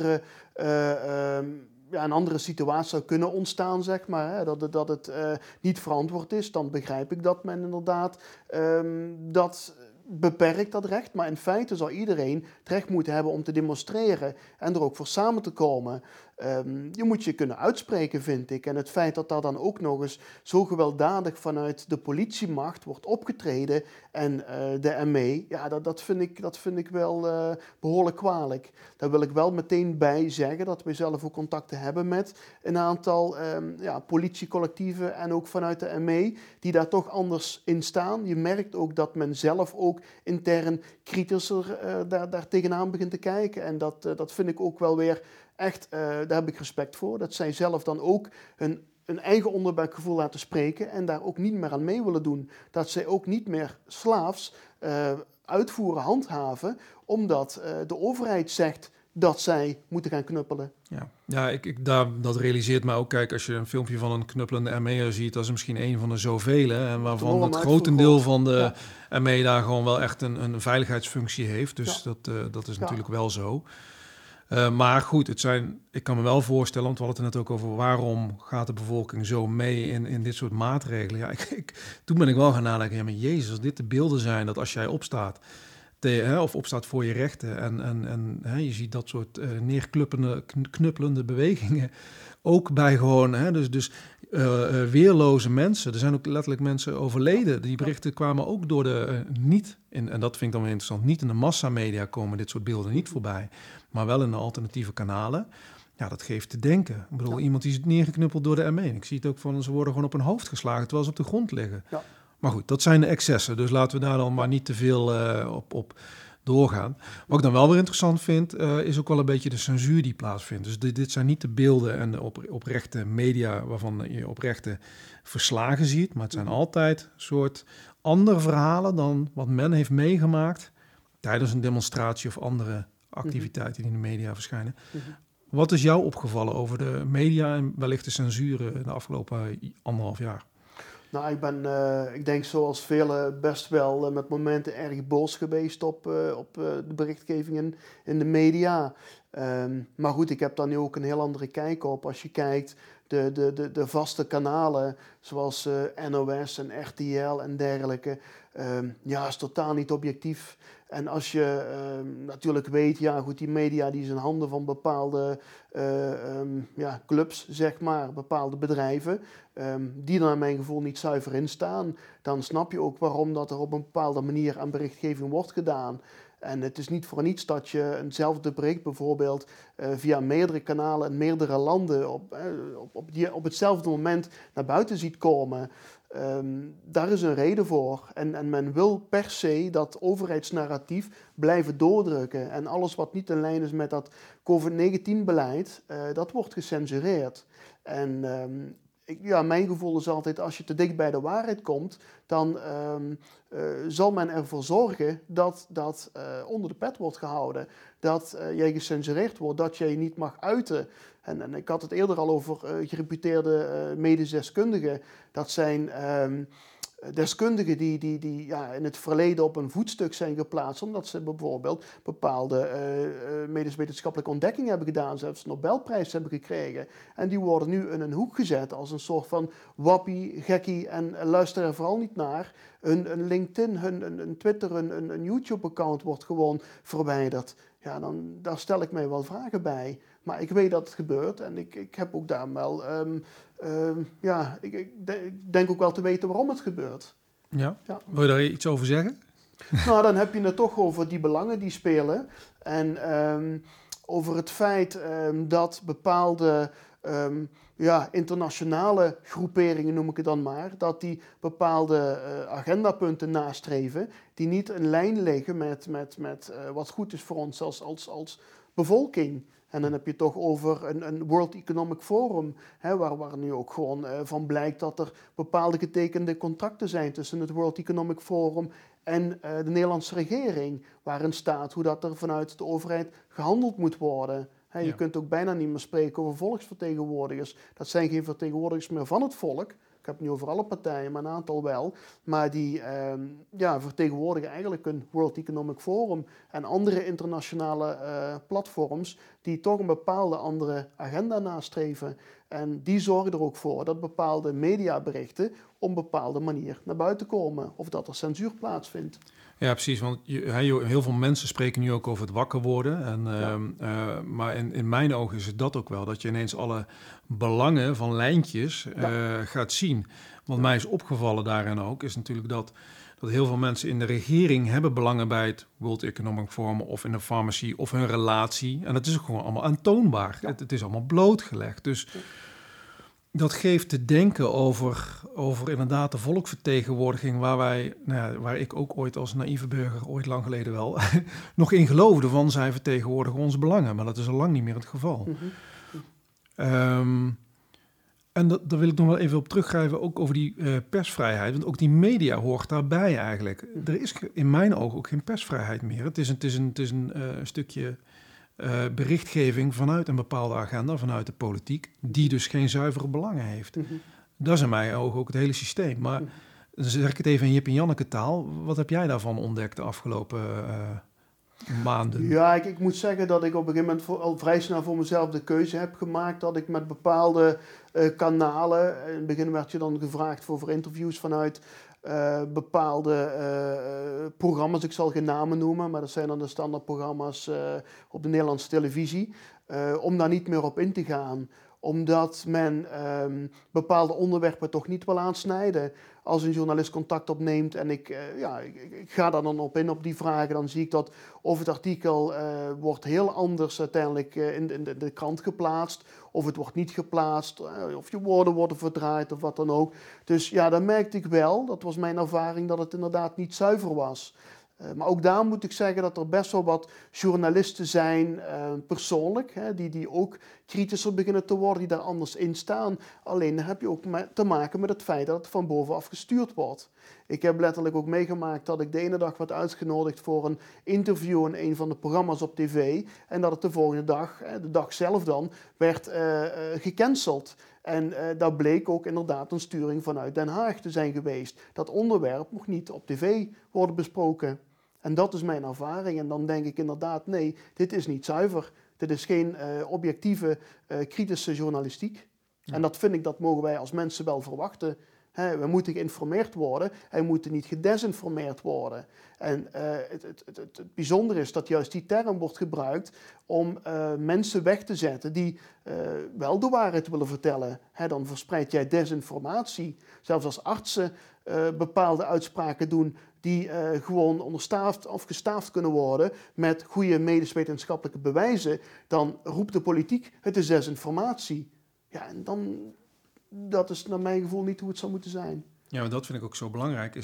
een andere situatie zou kunnen ontstaan, zeg maar, hè, dat het niet verantwoord is, dan begrijp ik dat men inderdaad dat beperkt, dat recht. Maar in feite zou iedereen het recht moeten hebben om te demonstreren en er ook voor samen te komen. Je moet je kunnen uitspreken, vind ik. En het feit dat daar dan ook nog eens zo gewelddadig vanuit de politiemacht wordt opgetreden en de ME, ja, dat vind ik wel behoorlijk kwalijk. Daar wil ik wel meteen bij zeggen dat wij zelf ook contacten hebben met een aantal politiecollectieven en ook vanuit de ME die daar toch anders in staan. Je merkt ook dat men zelf ook intern kritischer daar tegenaan begint te kijken. En dat vind ik ook wel weer echt, daar heb ik respect voor. Dat zij zelf dan ook hun eigen onderbuikgevoel laten spreken en daar ook niet meer aan mee willen doen. Dat zij ook niet meer slaafs uitvoeren, handhaven, omdat de overheid zegt dat zij moeten gaan knuppelen. Ja, dat realiseert me ook. Kijk, als je een filmpje van een knuppelende ME'er ziet, dat is misschien een van de zoveel. En waarvan het grotendeel van de ME daar gewoon wel echt een veiligheidsfunctie heeft. Dus dat is natuurlijk wel zo. Maar goed, ik kan me wel voorstellen, want we hadden het net ook over waarom gaat de bevolking zo mee in dit soort maatregelen. Ja, toen ben ik wel gaan nadenken, ja, maar Jezus, als dit de beelden zijn, dat als jij opstaat, of opstaat voor je rechten en je ziet dat soort knuppelende bewegingen, ook bij gewoon, dus weerloze mensen. Er zijn ook letterlijk mensen overleden. Die berichten kwamen ook door en dat vind ik dan weer interessant, niet in de massamedia komen dit soort beelden niet voorbij, maar wel in de alternatieve kanalen. Ja, dat geeft te denken. Ik bedoel, iemand die is neergeknuppeld door de ME. Ik zie het ook van, ze worden gewoon op hun hoofd geslagen terwijl ze op de grond liggen. Ja. Maar goed, dat zijn de excessen. Dus laten we daar dan maar niet te veel op doorgaan. Wat ik dan wel weer interessant vind, is ook wel een beetje de censuur die plaatsvindt. Dus dit zijn niet de beelden en de oprechte media waarvan je oprechte verslagen ziet. Maar het zijn altijd soort andere verhalen dan wat men heeft meegemaakt tijdens een demonstratie of andere activiteiten die in de media verschijnen. Wat is jou opgevallen over de media en wellicht de censuur de afgelopen 1,5 jaar? Nou, ik denk zoals velen best wel met momenten erg boos geweest op de berichtgevingen in de media. Maar goed, ik heb daar nu ook een heel andere kijk op. Als je kijkt, de vaste kanalen zoals NOS en RTL en dergelijke, is totaal niet objectief. En als je natuurlijk weet, die media die is in handen van bepaalde clubs, zeg maar, bepaalde bedrijven, die er naar mijn gevoel niet zuiver in staan, dan snap je ook waarom dat er op een bepaalde manier aan berichtgeving wordt gedaan. En het is niet voor niets dat je eenzelfde bericht bijvoorbeeld via meerdere kanalen in meerdere landen op hetzelfde moment naar buiten ziet komen. Daar is een reden voor. En men wil per se dat overheidsnarratief blijven doordrukken. En alles wat niet in lijn is met dat COVID-19-beleid, dat wordt gecensureerd. En mijn gevoel is altijd, als je te dicht bij de waarheid komt, dan zal men ervoor zorgen dat dat onder de pet wordt gehouden. Dat jij gecensureerd wordt, dat jij niet mag uiten. En ik had het eerder al over gereputeerde medisch deskundigen. Dat zijn deskundigen die in het verleden op een voetstuk zijn geplaatst, omdat ze bijvoorbeeld bepaalde medisch wetenschappelijke ontdekkingen hebben gedaan, zelfs een Nobelprijs hebben gekregen. En die worden nu in een hoek gezet als een soort van wappie, gekkie en luister er vooral niet naar. Hun LinkedIn, hun Twitter, een YouTube-account wordt gewoon verwijderd. Ja, daar stel ik mij wel vragen bij. Maar ik weet dat het gebeurt en ik heb ook daar wel... ik denk ook wel te weten waarom het gebeurt. Ja. Wil je daar iets over zeggen? Nou, dan heb je het toch over die belangen die spelen. En over het feit dat bepaalde internationale groeperingen, noem ik het dan maar, dat die bepaalde agendapunten nastreven die niet in lijn liggen met wat goed is voor ons als bevolking. En dan heb je het toch over een World Economic Forum, waar nu ook gewoon van blijkt dat er bepaalde getekende contracten zijn tussen het World Economic Forum en de Nederlandse regering, waarin staat hoe dat er vanuit de overheid gehandeld moet worden. Je kunt ook bijna niet meer spreken over volksvertegenwoordigers. Dat zijn geen vertegenwoordigers meer van het volk. Ik heb het niet over alle partijen, maar een aantal wel. Maar die vertegenwoordigen eigenlijk een World Economic Forum en andere internationale platforms die toch een bepaalde andere agenda nastreven. En die zorgen er ook voor dat bepaalde mediaberichten op een bepaalde manier naar buiten komen. Of dat er censuur plaatsvindt. Ja, precies. Want heel veel mensen spreken nu ook over het wakker worden. Maar in mijn ogen is het dat ook wel. Dat je ineens alle belangen van lijntjes gaat zien. Wat mij is opgevallen daarin ook, is natuurlijk dat heel veel mensen in de regering hebben belangen bij het World Economic Forum of in de farmacie of hun relatie. En dat is ook gewoon allemaal aantoonbaar. Ja. Het is allemaal blootgelegd. Dus dat geeft te denken over inderdaad de volksvertegenwoordiging waar ik ook ooit als naïeve burger, ooit lang geleden wel, nog in geloofde van zij vertegenwoordigen onze belangen. Maar dat is al lang niet meer het geval. Mm-hmm. En daar wil ik nog wel even op teruggrijpen, ook over die persvrijheid. Want ook die media hoort daarbij eigenlijk. Er is in mijn ogen ook geen persvrijheid meer. Het is een stukje berichtgeving vanuit een bepaalde agenda, vanuit de politiek, die dus geen zuivere belangen heeft. Mm-hmm. Dat is in mijn ogen ook het hele systeem. Maar dan zeg ik het even in Jip en Janneke taal. Wat heb jij daarvan ontdekt de afgelopen maanden? Ja, ik moet zeggen dat ik op een gegeven moment al vrij snel voor mezelf de keuze heb gemaakt dat ik met bepaalde kanalen, in het begin werd je dan gevraagd voor interviews vanuit bepaalde programma's, ik zal geen namen noemen, maar dat zijn dan de standaardprogramma's op de Nederlandse televisie, om daar niet meer op in te gaan. Omdat men bepaalde onderwerpen toch niet wil aansnijden. Als een journalist contact opneemt en ik ga daar dan op in op die vragen, dan zie ik dat of het artikel wordt heel anders uiteindelijk in de krant geplaatst, of het wordt niet geplaatst, of je woorden worden verdraaid of wat dan ook. Dus ja, dan merkte ik wel, dat was mijn ervaring, dat het inderdaad niet zuiver was. Maar ook daar moet ik zeggen dat er best wel wat journalisten zijn, persoonlijk, die ook kritischer beginnen te worden, die daar anders in staan. Alleen heb je ook te maken met het feit dat het van bovenaf gestuurd wordt. Ik heb letterlijk ook meegemaakt dat ik de ene dag werd uitgenodigd voor een interview in een van de programma's op tv. En dat het de volgende dag, de dag zelf dan, werd gecanceld. En daar bleek ook inderdaad een sturing vanuit Den Haag te zijn geweest. Dat onderwerp mocht niet op tv worden besproken. En dat is mijn ervaring. En dan denk ik inderdaad, nee, dit is niet zuiver. Dit is geen objectieve, kritische journalistiek. Ja. En dat vind ik, dat mogen wij als mensen wel verwachten. We moeten geïnformeerd worden en we moeten niet gedesinformeerd worden. En het bijzondere is dat juist die term wordt gebruikt om mensen weg te zetten die wel de waarheid willen vertellen. Dan verspreid jij desinformatie. Zelfs als artsen bepaalde uitspraken doen die gewoon onderstaafd of gestaafd kunnen worden met goede medisch wetenschappelijke bewijzen, dan roept de politiek het is desinformatie. Ja, en dan, dat is naar mijn gevoel niet hoe het zou moeten zijn. Ja, maar dat vind ik ook zo belangrijk.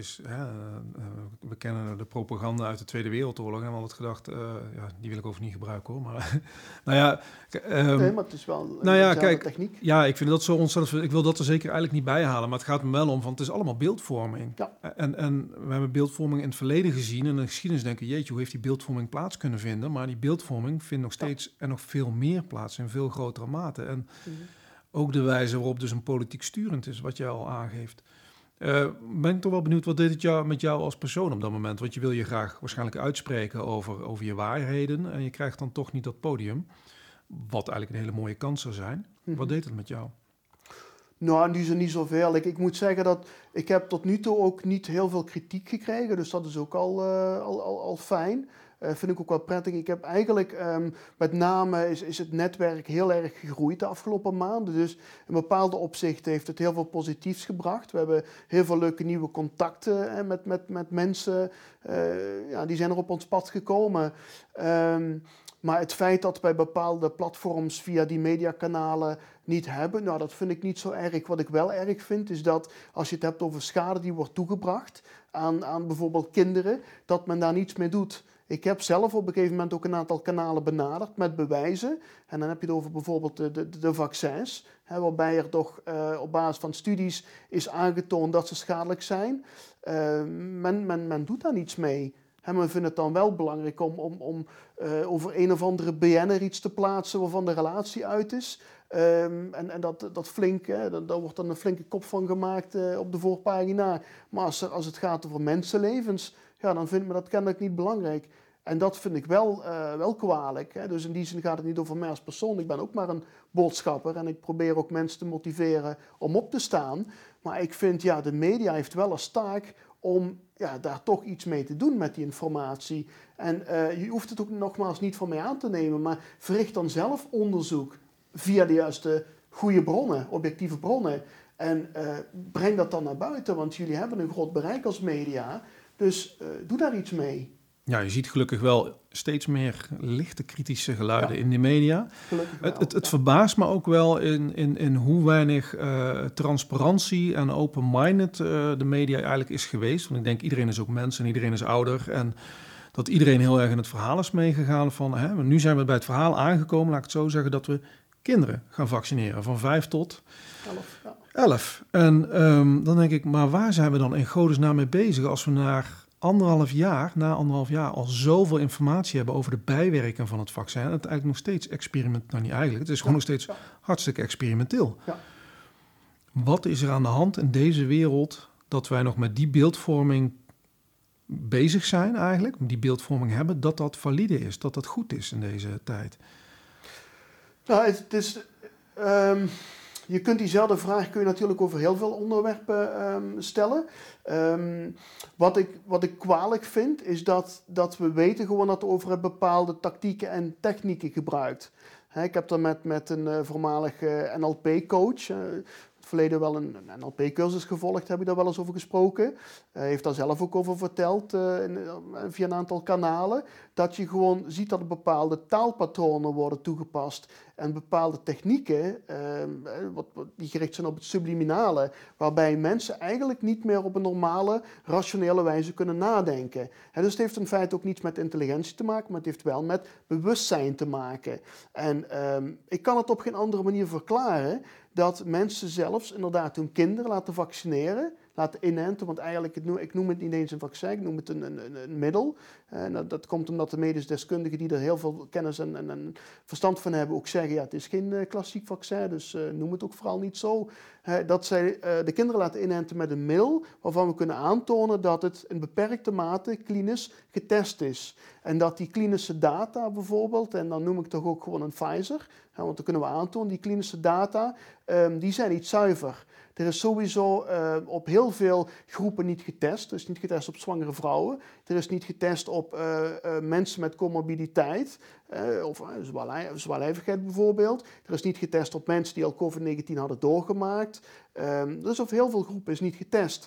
We kennen de propaganda uit de Tweede Wereldoorlog. En we hadden gedacht, die wil ik over niet gebruiken hoor. Maar nee, maar het is wel een techniek. Ja, ik vind dat zo ontzettend. Ik wil dat er zeker eigenlijk niet bij halen. Maar het gaat me wel om, van het is allemaal beeldvorming. Ja. En we hebben beeldvorming in het verleden gezien. En in de geschiedenis denken, jeetje, hoe heeft die beeldvorming plaats kunnen vinden? Maar die beeldvorming vindt nog steeds en nog veel meer plaats in veel grotere mate. En ook de wijze waarop dus een politiek sturend is, wat jij al aangeeft. Ben ik toch wel benieuwd, wat deed het met jou als persoon op dat moment? Want je wil je graag waarschijnlijk uitspreken over je waarheden en je krijgt dan toch niet dat podium, wat eigenlijk een hele mooie kans zou zijn. Wat deed het met jou? Nou, nu is er niet zoveel. Ik moet zeggen dat ik heb tot nu toe ook niet heel veel kritiek gekregen, dus dat is ook al fijn. Vind ik ook wel prettig. Ik heb eigenlijk, met name is het netwerk heel erg gegroeid de afgelopen maanden. Dus in bepaalde opzichten heeft het heel veel positiefs gebracht. We hebben heel veel leuke nieuwe contacten met mensen. Die zijn er op ons pad gekomen. Maar het feit dat wij bepaalde platforms via die mediakanalen niet hebben, nou dat vind ik niet zo erg. Wat ik wel erg vind is dat als je het hebt over schade die wordt toegebracht aan bijvoorbeeld kinderen, dat men daar niets mee doet. Ik heb zelf op een gegeven moment ook een aantal kanalen benaderd met bewijzen. En dan heb je het over bijvoorbeeld de vaccins, waarbij er toch op basis van studies is aangetoond dat ze schadelijk zijn. Men doet daar niets mee. En men vindt het dan wel belangrijk om over een of andere BN'er iets te plaatsen waarvan de relatie uit is. En dat flink, daar wordt dan een flinke kop van gemaakt op de voorpagina. Maar als het gaat over mensenlevens, ja, dan vindt men dat kennelijk niet belangrijk. En dat vind ik wel kwalijk. Hè. Dus in die zin gaat het niet over mij als persoon. Ik ben ook maar een boodschapper en ik probeer ook mensen te motiveren om op te staan. Maar ik vind, ja, de media heeft wel als taak om daar toch iets mee te doen met die informatie. En je hoeft het ook nogmaals niet van mij aan te nemen, maar verricht dan zelf onderzoek via de juiste goede bronnen, objectieve bronnen. En breng dat dan naar buiten, want jullie hebben een groot bereik als media. Dus doe daar iets mee. Ja, je ziet gelukkig wel steeds meer lichte kritische geluiden in de media. Het verbaast me ook wel in hoe weinig transparantie en open-minded de media eigenlijk is geweest. Want ik denk, iedereen is ook mens en iedereen is ouder. En dat iedereen heel erg in het verhaal is meegegaan van, maar nu zijn we bij het verhaal aangekomen, laat ik het zo zeggen, dat we kinderen gaan vaccineren van 5 tot 11. En dan denk ik, maar waar zijn we dan in godesnaam mee bezig als we na anderhalf jaar al zoveel informatie hebben over de bijwerking van het vaccin. Het eigenlijk nog steeds het is gewoon nog steeds hartstikke experimenteel. Ja. Wat is er aan de hand in deze wereld dat wij nog met die beeldvorming bezig zijn eigenlijk, die beeldvorming hebben, dat valide is, dat goed is in deze tijd? Nou, het is... Je kunt diezelfde vraag natuurlijk over heel veel onderwerpen stellen. Wat ik kwalijk vind, is dat we weten gewoon dat over bepaalde tactieken en technieken gebruikt. Ik heb daar met een voormalig NLP-coach, het verleden wel een NLP-cursus gevolgd, heb ik daar wel eens over gesproken. Hij heeft daar zelf ook over verteld via een aantal kanalen. Dat je gewoon ziet dat er bepaalde taalpatronen worden toegepast. En bepaalde technieken, die gericht zijn op het subliminale, waarbij mensen eigenlijk niet meer op een normale, rationele wijze kunnen nadenken. Dus het heeft in feite ook niets met intelligentie te maken, maar het heeft wel met bewustzijn te maken. En ik kan het op geen andere manier verklaren dat mensen zelfs inderdaad hun kinderen laten vaccineren, laten inenten, want eigenlijk, ik noem het niet eens een vaccin, ik noem het een middel. En dat komt omdat de medisch deskundigen die er heel veel kennis en verstand van hebben ook zeggen, ja, het is geen klassiek vaccin, dus noem het ook vooral niet zo. Dat zij de kinderen laten inenten met een middel waarvan we kunnen aantonen dat het in beperkte mate klinisch getest is. En dat die klinische data bijvoorbeeld, en dan noem ik toch ook gewoon een Pfizer, want dan kunnen we aantonen, die klinische data, die zijn niet zuiver. Er is sowieso op heel veel groepen niet getest. Er is niet getest op zwangere vrouwen. Er is niet getest op mensen met comorbiditeit, of zwaarlijvigheid bijvoorbeeld. Er is niet getest op mensen die al COVID-19 hadden doorgemaakt. Dus op heel veel groepen is niet getest.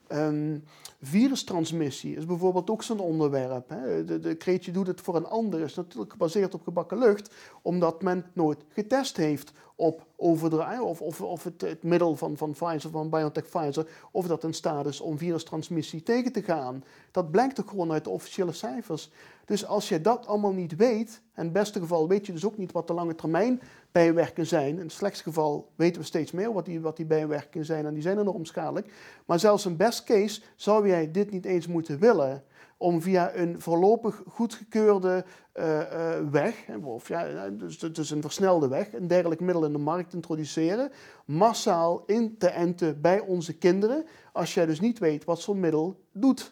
Virustransmissie is bijvoorbeeld ook zo'n onderwerp. De kreetje doet het voor een ander is natuurlijk gebaseerd op gebakken lucht, omdat men nooit getest heeft op of het middel van Pfizer, van BioNTech Pfizer, of dat in staat is om virustransmissie tegen te gaan. Dat blijkt ook gewoon uit de officiële cijfers. Dus als je dat allemaal niet weet, en in het beste geval weet je dus ook niet wat de lange termijn bijwerkingen zijn. In het slechtste geval weten we steeds meer wat die bijwerkingen zijn en die zijn enorm schadelijk. Maar zelfs in best case zou jij dit niet eens moeten willen om via een voorlopig goedgekeurde weg, dus een versnelde weg, een dergelijk middel in de markt te introduceren, massaal in te enten bij onze kinderen, als jij dus niet weet wat zo'n middel doet.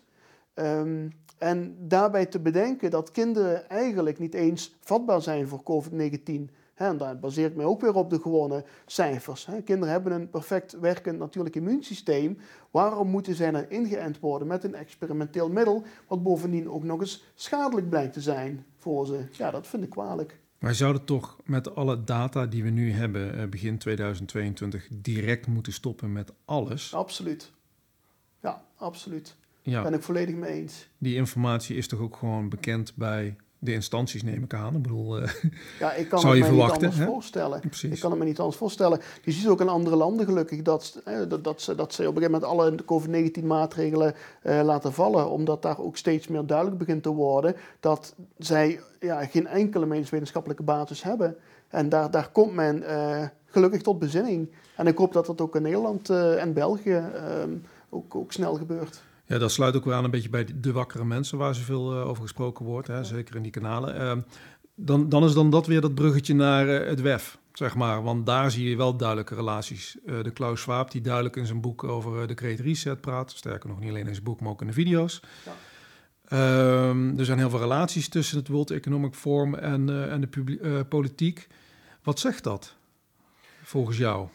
En daarbij te bedenken dat kinderen eigenlijk niet eens vatbaar zijn voor COVID-19. En daar baseer ik mij ook weer op de gewone cijfers. Kinderen hebben een perfect werkend natuurlijk immuunsysteem. Waarom moeten zij dan ingeënt worden met een experimenteel middel, wat bovendien ook nog eens schadelijk blijkt te zijn voor ze? Ja, dat vind ik kwalijk. Wij zouden toch met alle data die we nu hebben, begin 2022, direct moeten stoppen met alles? Absoluut. Ja, absoluut. Ja. Ben ik volledig mee eens. Die informatie is toch ook gewoon bekend bij de instanties, neem ik aan. Ik bedoel, Ja, ik kan zou het je me verwachten, niet anders hè? voorstellen. Precies. Ik kan het me niet anders voorstellen. Je ziet ook in andere landen gelukkig dat ze op een gegeven moment alle COVID-19 maatregelen laten vallen. Omdat daar ook steeds meer duidelijk begint te worden dat zij geen enkele medisch wetenschappelijke basis hebben. En daar komt men gelukkig tot bezinning. En ik hoop dat dat ook in Nederland en België ook snel gebeurt. Ja, dat sluit ook weer aan een beetje bij de wakkere mensen waar zoveel over gesproken wordt, hè? Zeker in die kanalen. Dan is dat weer dat bruggetje naar het WEF, zeg maar. Want daar zie je wel duidelijke relaties. De Klaus Schwab, die duidelijk in zijn boek over de Great Reset praat. Sterker nog, niet alleen in zijn boek, maar ook in de video's. Ja. Er zijn heel veel relaties tussen het World Economic Forum en de politiek. Wat zegt dat, volgens jou?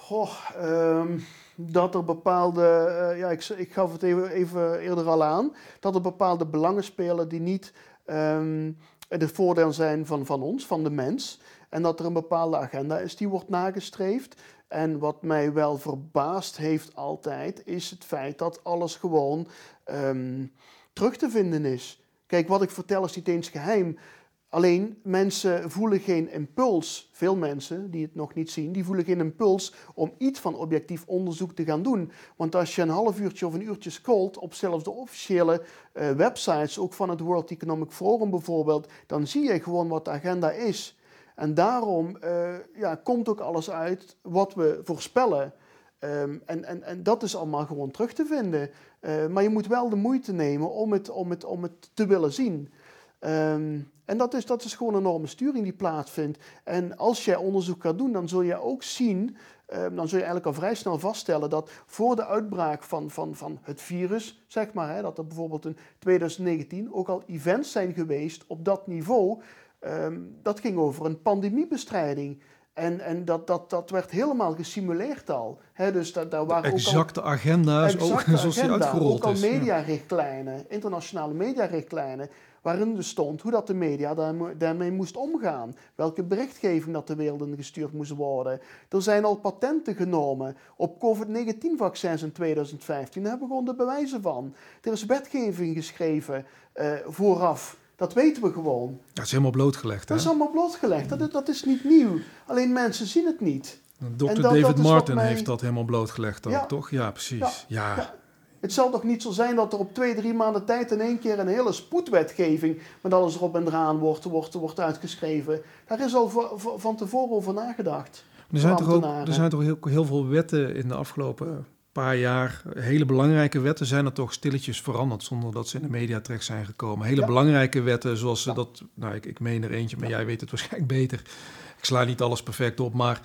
Dat er bepaalde, ik gaf het even eerder al aan, dat er bepaalde belangen spelen die niet het voordeel zijn van ons, van de mens. En dat er een bepaalde agenda is die wordt nagestreefd. En wat mij wel verbaasd heeft altijd, is het feit dat alles gewoon terug te vinden is. Kijk, wat ik vertel is niet eens geheim. Alleen mensen voelen geen impuls, veel mensen die het nog niet zien, die voelen geen impuls om iets van objectief onderzoek te gaan doen. Want als je een half uurtje of een uurtje scrolt op zelfs de officiële websites, ook van het World Economic Forum bijvoorbeeld, dan zie je gewoon wat de agenda is. En daarom komt ook alles uit wat we voorspellen. En dat is allemaal gewoon terug te vinden. Maar je moet wel de moeite nemen om het te willen zien. En dat is gewoon een enorme sturing die plaatsvindt. En als jij onderzoek gaat doen, dan zul je ook zien, dan zul je eigenlijk al vrij snel vaststellen dat voor de uitbraak van het virus, zeg maar, hè, dat er bijvoorbeeld in 2019 ook al events zijn geweest op dat niveau. Dat ging over een pandemiebestrijding. En dat werd helemaal gesimuleerd al. He, dus daar waren exacte agenda's, zoals die uitgerold is. Ook al mediarichtlijnen, internationale mediarichtlijnen, waarin er stond hoe dat de media daarmee moest omgaan. Welke berichtgeving dat de wereld in gestuurd moest worden. Er zijn al patenten genomen op COVID-19-vaccins in 2015. Daar hebben we gewoon de bewijzen van. Er is wetgeving geschreven vooraf. Dat weten we gewoon. Dat is helemaal blootgelegd, hè? Dat is allemaal blootgelegd. Dat is niet nieuw. Alleen mensen zien het niet. Dr. David Martin heeft dat helemaal blootgelegd ook, toch? Ja, precies. Ja. Het zal toch niet zo zijn dat er op 2-3 maanden tijd in één keer een hele spoedwetgeving met alles erop en eraan wordt uitgeschreven. Daar is al van tevoren over nagedacht. Er zijn toch heel veel wetten in de afgelopen paar jaar, hele belangrijke wetten zijn er toch stilletjes veranderd zonder dat ze in de media terecht zijn gekomen. Hele belangrijke wetten zoals dat, nou ik meen er eentje, maar jij weet het waarschijnlijk beter. Ik sla niet alles perfect op, maar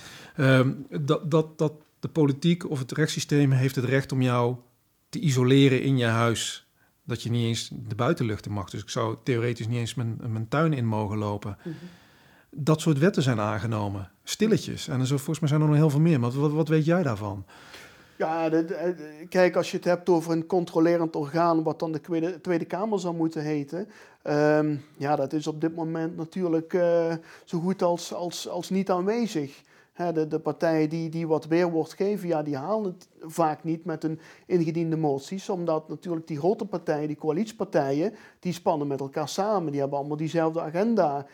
dat de politiek of het rechtssysteem heeft het recht om jou te isoleren in je huis. Dat je niet eens de buitenlucht in mag. Dus ik zou theoretisch niet eens mijn tuin in mogen lopen. Mm-hmm. Dat soort wetten zijn aangenomen. Stilletjes. En volgens mij zijn er nog heel veel meer. Maar wat weet jij daarvan? Ja, kijk, als je het hebt over een controlerend orgaan, wat dan de Tweede Kamer zou moeten heten. Dat is op dit moment natuurlijk zo goed als niet aanwezig. De partijen die wat weerwoord geven, die halen het vaak niet met hun ingediende moties. Omdat natuurlijk die grote partijen, die coalitiepartijen, die spannen met elkaar samen. Die hebben allemaal diezelfde agenda.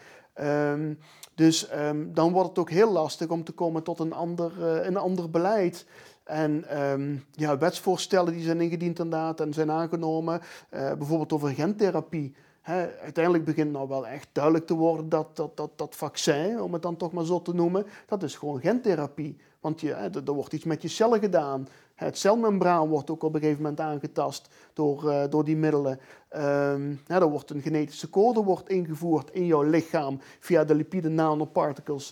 Dan wordt het ook heel lastig om te komen tot een ander beleid. En wetsvoorstellen die zijn ingediend inderdaad en zijn aangenomen. Bijvoorbeeld over gentherapie. Uiteindelijk begint nou wel echt duidelijk te worden dat vaccin, om het dan toch maar zo te noemen, dat is gewoon gentherapie. Want er wordt iets met je cellen gedaan. Het celmembraan wordt ook op een gegeven moment aangetast door die middelen. Er wordt een genetische code ingevoerd in jouw lichaam via de lipide nanoparticles.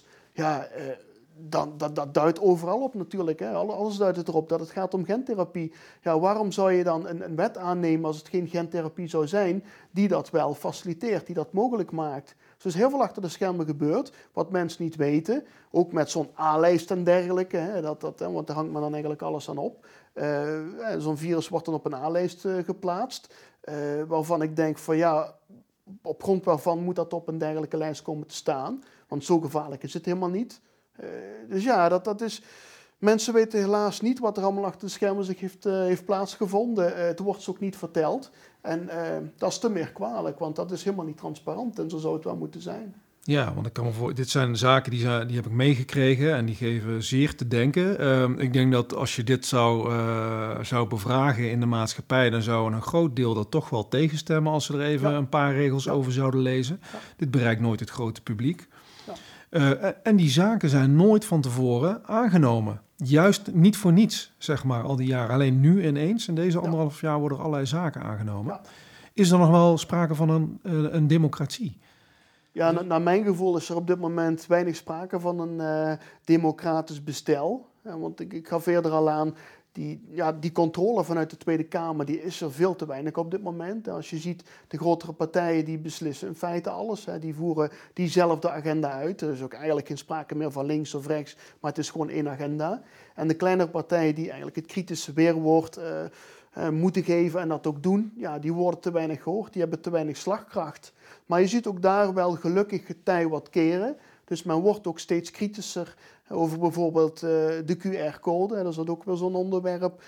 Dat duidt overal op natuurlijk. Hè. Alles duidt het erop dat het gaat om gentherapie. Ja, waarom zou je dan een wet aannemen als het geen gentherapie zou zijn die dat wel faciliteert, die dat mogelijk maakt? Dus er is heel veel achter de schermen gebeurd, wat mensen niet weten. Ook met zo'n A-lijst en dergelijke, hè, want daar hangt men dan eigenlijk alles aan op. Zo'n virus wordt dan op een A-lijst geplaatst, waarvan ik denk van op grond waarvan moet dat op een dergelijke lijst komen te staan? Want zo gevaarlijk is het helemaal niet. Dat is. Mensen weten helaas niet wat er allemaal achter de schermen zich heeft plaatsgevonden. Het wordt ze ook niet verteld. En dat is te meer kwalijk, want dat is helemaal niet transparant en zo zou het wel moeten zijn. Ja, want dit zijn zaken die heb ik meegekregen en die geven zeer te denken. Ik denk dat als je dit zou bevragen in de maatschappij, dan zou een groot deel dat toch wel tegenstemmen als ze er even een paar regels over zouden lezen. Ja. Dit bereikt nooit het grote publiek. Ja. En die zaken zijn nooit van tevoren aangenomen. Juist niet voor niets, zeg maar, al die jaren. Alleen nu ineens, in deze 1,5 jaar, worden er allerlei zaken aangenomen. Ja. Is er nog wel sprake van een democratie? Ja, naar mijn gevoel is er op dit moment weinig sprake van een democratisch bestel. Want ik gaf eerder al aan, die controle vanuit de Tweede Kamer, die is er veel te weinig op dit moment. Als je ziet, de grotere partijen die beslissen in feite alles. Die voeren diezelfde agenda uit. Er is ook eigenlijk geen sprake meer van links of rechts, maar het is gewoon één agenda. En de kleinere partijen die eigenlijk het kritische weerwoord moeten geven en dat ook doen, die worden te weinig gehoord, die hebben te weinig slagkracht. Maar je ziet ook daar wel gelukkig het tij wat keren. Dus men wordt ook steeds kritischer over bijvoorbeeld de QR-code. Dat is ook wel zo'n onderwerp.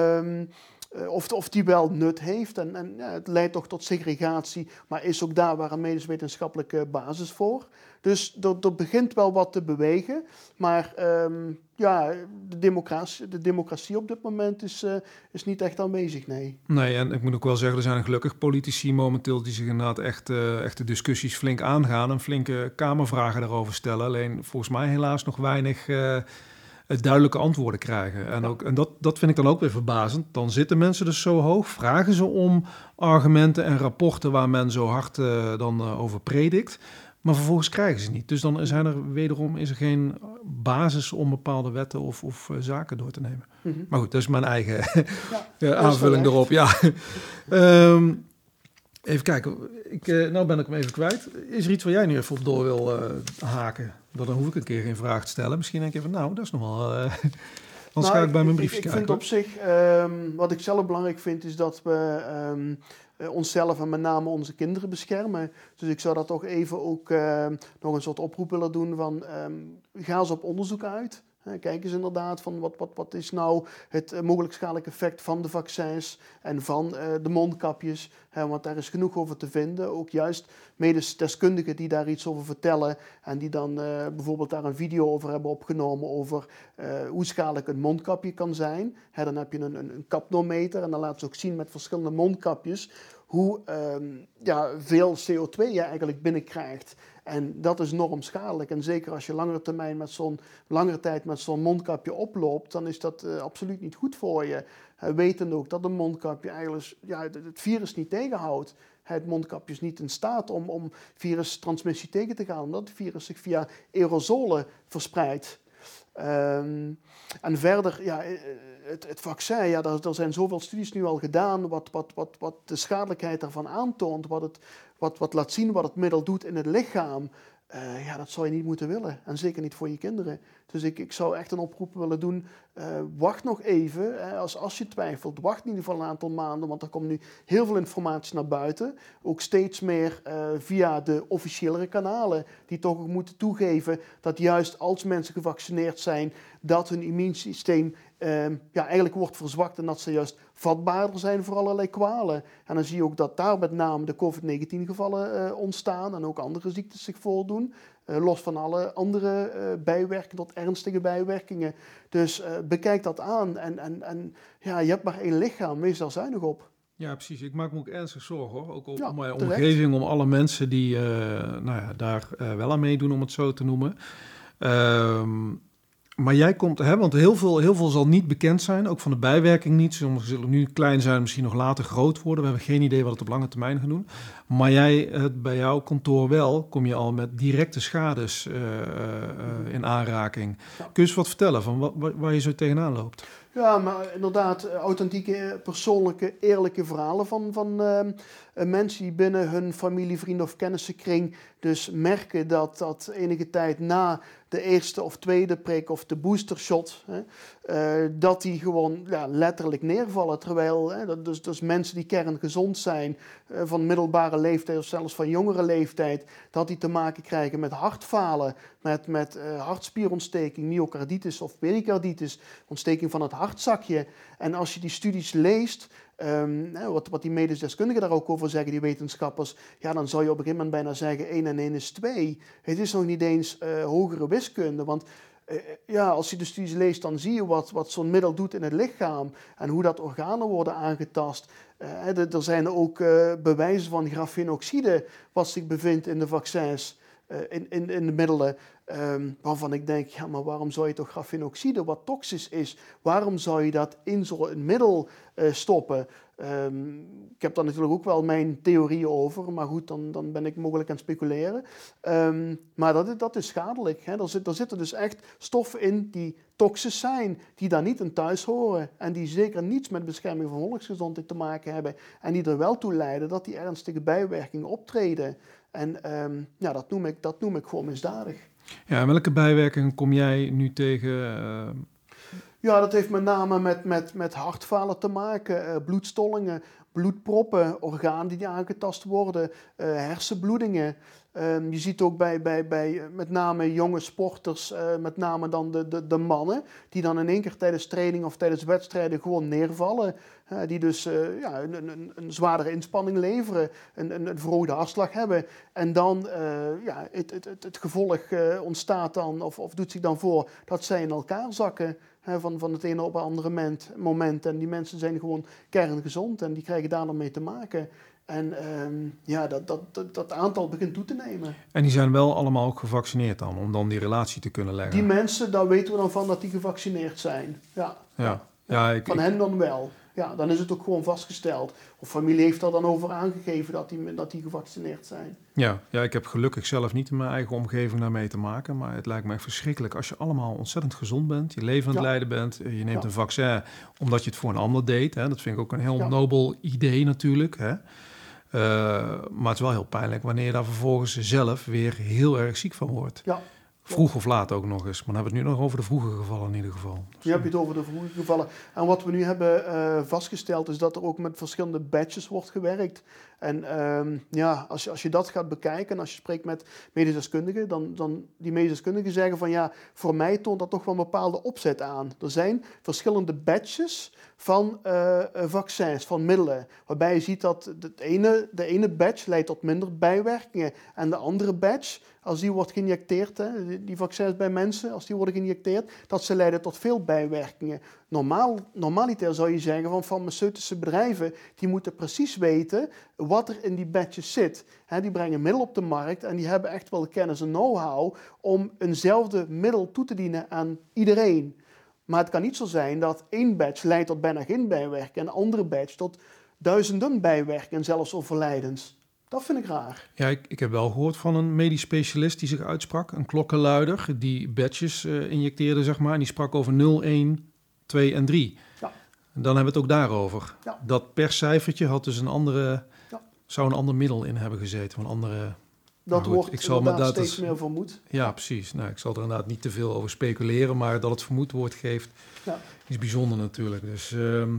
Of die wel nut heeft. En het leidt toch tot segregatie, maar is ook daar waar een medisch wetenschappelijke basis voor. Dus er begint wel wat te bewegen. Maar de democratie op dit moment is niet echt aanwezig, nee. Nee, en ik moet ook wel zeggen, er zijn gelukkig politici momenteel die zich inderdaad echt de discussies flink aangaan en flinke kamervragen daarover stellen. Alleen volgens mij helaas nog weinig duidelijke antwoorden krijgen. En dat vind ik dan ook weer verbazend. Dan zitten mensen dus zo hoog, vragen ze om argumenten en rapporten waar men zo hard dan over predikt. Maar vervolgens krijgen ze niet. Dus dan is er geen basis om bepaalde wetten of zaken door te nemen. Mm-hmm. Maar goed, dat is mijn eigen aanvulling erop. Ja. Even kijken. Nou ben ik hem even kwijt. Is er iets waar jij nu even op door wil haken? Dan hoef ik een keer geen vraag te stellen. Misschien denk je van, dat is nog wel... Dan ga ik bij mijn briefje kijken. Ik vind op zich, wat ik zelf belangrijk vind, is dat we onszelf en met name onze kinderen beschermen. Dus ik zou dat toch even ook nog een soort oproep willen doen van, ga eens op onderzoek uit. Kijk eens inderdaad van wat is nou het mogelijk schadelijk effect van de vaccins en van de mondkapjes. Want daar is genoeg over te vinden. Ook juist medisch deskundigen die daar iets over vertellen en die dan bijvoorbeeld daar een video over hebben opgenomen over hoe schadelijk een mondkapje kan zijn. Dan heb je een kapnometer en dan laten ze ook zien met verschillende mondkapjes hoe veel CO2 je eigenlijk binnenkrijgt. En dat is enorm schadelijk. En zeker als je langere tijd met zo'n mondkapje oploopt, dan is dat absoluut niet goed voor je. Wetend ook dat een mondkapje eigenlijk het virus niet tegenhoudt. Het mondkapje is niet in staat om virustransmissie tegen te gaan, omdat het virus zich via aerosolen verspreidt. En verder, het vaccin, er zijn zoveel studies nu al gedaan wat de schadelijkheid daarvan aantoont, wat laat zien wat het middel doet in het lichaam. Dat zou je niet moeten willen. En zeker niet voor je kinderen. Dus ik zou echt een oproep willen doen. Wacht nog even. Als je twijfelt, wacht in ieder geval een aantal maanden. Want er komt nu heel veel informatie naar buiten. Ook steeds meer via de officiëlere kanalen. Die toch ook moeten toegeven dat juist als mensen gevaccineerd zijn, dat hun immuunsysteem eigenlijk wordt verzwakt. En dat ze juist vatbaarder zijn voor allerlei kwalen. En dan zie je ook dat daar met name de COVID-19 gevallen ontstaan. En ook andere ziektes zich voordoen. Los van alle andere bijwerkingen tot ernstige bijwerkingen. Dus bekijk dat aan. En je hebt maar één lichaam, wees daar zuinig op. Ja, precies. Ik maak me ook ernstig zorgen, hoor. Ook om mijn omgeving, om alle mensen die daar wel aan meedoen, om het zo te noemen. Maar jij komt, want heel veel zal niet bekend zijn, ook van de bijwerking niet. Sommige zullen nu klein zijn, misschien nog later groot worden. We hebben geen idee wat het op lange termijn gaat doen. Maar bij jouw kantoor wel, kom je al met directe schades in aanraking. Kun je eens wat vertellen van waar je zo tegenaan loopt? Ja, maar inderdaad, authentieke, persoonlijke, eerlijke verhalen van mensen die binnen hun familie, vrienden of kennissenkring dus merken dat enige tijd na de eerste of tweede prik of de boostershot, dat die gewoon letterlijk neervallen. Terwijl dus mensen die kerngezond zijn, van middelbare leeftijd of zelfs van jongere leeftijd, dat die te maken krijgen met hartfalen, met hartspierontsteking, myocarditis of pericarditis, ontsteking van het hart. hartzakje. En als je die studies leest, wat die medisch deskundigen daar ook over zeggen, die wetenschappers, ja, dan zou je op een gegeven moment bijna zeggen 1 en 1 is 2. Het is nog niet eens hogere wiskunde, want als je de studies leest, dan zie je wat zo'n middel doet in het lichaam en hoe dat organen worden aangetast. Er zijn ook bewijzen van grafenoxide wat zich bevindt in de vaccins, in de middelen. Waarvan ik denk, ja, maar waarom zou je toch grafenoxide, wat toxisch is, waarom zou je dat in zo'n middel stoppen? Ik heb daar natuurlijk ook wel mijn theorieën over, maar goed, dan ben ik mogelijk aan het speculeren. Maar dat is schadelijk. Hè? Er zitten dus echt stoffen in die toxisch zijn, die daar niet in thuis horen en die zeker niets met bescherming van volksgezondheid te maken hebben en die er wel toe leiden dat die ernstige bijwerkingen optreden. En dat noem ik gewoon misdadig. Ja, en welke bijwerkingen kom jij nu tegen? Ja, dat heeft met name met hartfalen te maken, bloedstollingen, bloedproppen, organen die aangetast worden, hersenbloedingen. Je ziet ook bij met name jonge sporters, met name dan de mannen, die dan in één keer tijdens training of tijdens wedstrijden gewoon neervallen. Die dus een zwaardere inspanning leveren, een verhoogde hartslag hebben. En dan het gevolg ontstaat dan, of doet zich dan voor, dat zij in elkaar zakken. Van het ene op het andere moment. En die mensen zijn gewoon kerngezond en die krijgen daar dan mee te maken. En dat aantal begint toe te nemen. En die zijn wel allemaal ook gevaccineerd dan, om dan die relatie te kunnen leggen? Die mensen, daar weten we dan van dat die gevaccineerd zijn. Van hen dan wel. Ja, dan is het ook gewoon vastgesteld. Of familie heeft er dan over aangegeven dat die gevaccineerd zijn. Ja, ik heb gelukkig zelf niet in mijn eigen omgeving daarmee te maken. Maar het lijkt me echt verschrikkelijk als je allemaal ontzettend gezond bent. Je leven aan het leiden bent. Je neemt een vaccin omdat je het voor een ander deed. Hè. Dat vind ik ook een heel nobel idee natuurlijk. Hè. Maar het is wel heel pijnlijk wanneer je daar vervolgens zelf weer heel erg ziek van wordt. Ja. Vroeg of laat ook nog eens. Maar dan hebben we het nu nog over de vroege gevallen in ieder geval. Nu heb je het over de vroege gevallen. En wat we nu hebben vastgesteld is dat er ook met verschillende batches wordt gewerkt. En als je dat gaat bekijken en als je spreekt met medisch deskundigen, dan die medisch deskundigen zeggen van ja, voor mij toont dat toch wel een bepaalde opzet aan. Er zijn verschillende batches van vaccins, van middelen. Waarbij je ziet dat de ene batch leidt tot minder bijwerkingen en de andere batch, als die wordt geïnjecteerd, die vaccins bij mensen, als die worden geïnjecteerd, dat ze leiden tot veel bijwerkingen. Normaliter zou je zeggen van farmaceutische bedrijven, die moeten precies weten wat er in die batches zit. Die brengen middel op de markt en die hebben echt wel kennis en know-how om eenzelfde middel toe te dienen aan iedereen. Maar het kan niet zo zijn dat één batch leidt tot bijna geen bijwerking en een andere batch tot duizenden bijwerkingen en zelfs overlijdens. Dat vind ik raar. Ja, ik heb wel gehoord van een medisch specialist die zich uitsprak. Een klokkenluider die batches injecteerde, zeg maar. En die sprak over 0, 1, 2 en 3. Ja. En dan hebben we het ook daarover. Ja. Dat per cijfertje had dus zou een ander middel in hebben gezeten. Een andere... Dat goed, wordt inderdaad steeds meer vermoed. Ja, precies. Nou, ik zal er inderdaad niet te veel over speculeren, maar dat het vermoed woord geeft, is bijzonder natuurlijk. Dus,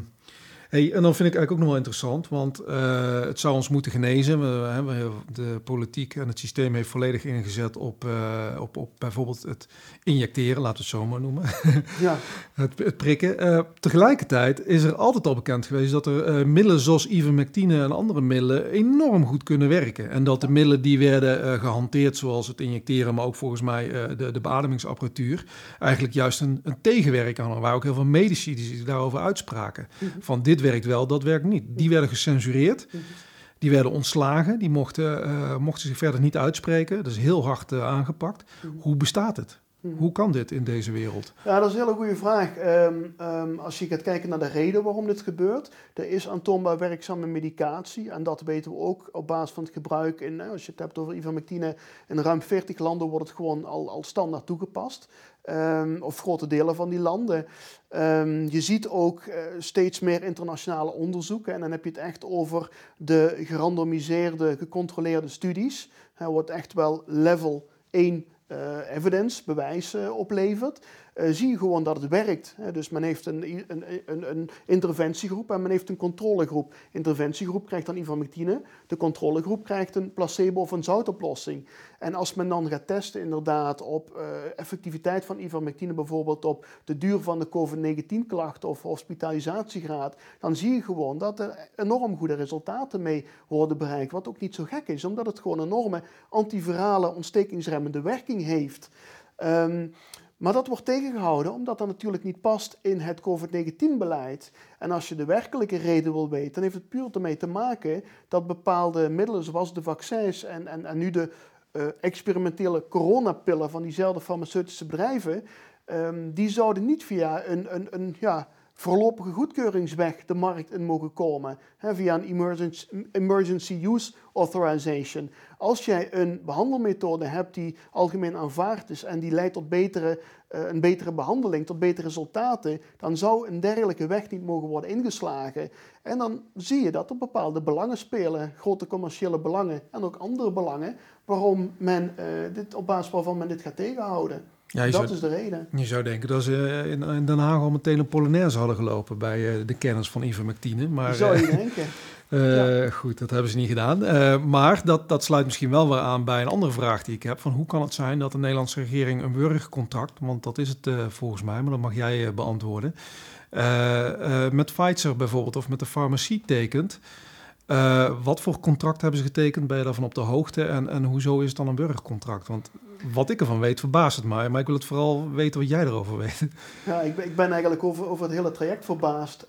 en dan vind ik eigenlijk ook nog wel interessant, want het zou ons moeten genezen. De politiek en het systeem heeft volledig ingezet op bijvoorbeeld het injecteren, laten we het zo maar noemen. Ja. het prikken. Tegelijkertijd is er altijd al bekend geweest dat er middelen zoals ivermectine en andere middelen enorm goed kunnen werken. En dat de middelen die werden gehanteerd, zoals het injecteren, maar ook volgens mij de beademingsapparatuur, eigenlijk juist een tegenwerking hadden. Er waren ook heel veel medici die zich daarover uitspraken. Van dit werkt wel, dat werkt niet. Die werden gecensureerd. Die werden ontslagen. Die mochten zich verder niet uitspreken. Dat is heel hard aangepakt. Hoe bestaat het? Hoe kan dit in deze wereld? Ja, dat is een hele goede vraag. Als je gaat kijken naar de reden waarom dit gebeurt. Er is aantoonbaar werkzame medicatie. En dat weten we ook op basis van het gebruik. Als je het hebt over ivermectine, in ruim 40 landen wordt het gewoon al standaard toegepast. Of grote delen van die landen. Je ziet ook steeds meer internationale onderzoeken. En dan heb je het echt over de gerandomiseerde, gecontroleerde studies. Er wordt echt wel level 1 evidence, bewijs oplevert, zie je gewoon dat het werkt. Dus men heeft een interventiegroep en men heeft een controlegroep. De interventiegroep krijgt dan ivermectine, de controlegroep krijgt een placebo of een zoutoplossing. En als men dan gaat testen inderdaad op effectiviteit van ivermectine, bijvoorbeeld op de duur van de COVID-19-klachten of hospitalisatiegraad, dan zie je gewoon dat er enorm goede resultaten mee worden bereikt. Wat ook niet zo gek is, omdat het gewoon een enorme antivirale ontstekingsremmende werking heeft. Maar dat wordt tegengehouden omdat dat natuurlijk niet past in het COVID-19-beleid. En als je de werkelijke reden wil weten, dan heeft het puur ermee te maken dat bepaalde middelen zoals de vaccins en nu de experimentele coronapillen van diezelfde farmaceutische bedrijven, die zouden niet via een voorlopige goedkeuringsweg de markt in mogen komen. Via een emergency use authorization. Als jij een behandelmethode hebt die algemeen aanvaard is en die leidt tot een betere behandeling, tot betere resultaten, dan zou een dergelijke weg niet mogen worden ingeslagen. En dan zie je dat er bepaalde belangen spelen, grote commerciële belangen en ook andere belangen, waarom men op basis waarvan men dit gaat tegenhouden. Ja, dat is de reden. Je zou denken dat ze in Den Haag al meteen een Polonaise hadden gelopen bij de kennis van ivermectine. Maar, zou je denken. Goed, dat hebben ze niet gedaan. Maar dat sluit misschien wel weer aan bij een andere vraag die ik heb. Van hoe kan het zijn dat de Nederlandse regering een burgercontract, want dat is het volgens mij, maar dat mag jij beantwoorden, met Pfizer bijvoorbeeld of met de farmacie tekent. Wat voor contract hebben ze getekend? Ben je daarvan op de hoogte? En hoezo is het dan een burgercontract? Want wat ik ervan weet, verbaast het mij. Maar ik wil het vooral weten wat jij erover weet. Ja, ik ben eigenlijk over het hele traject verbaasd.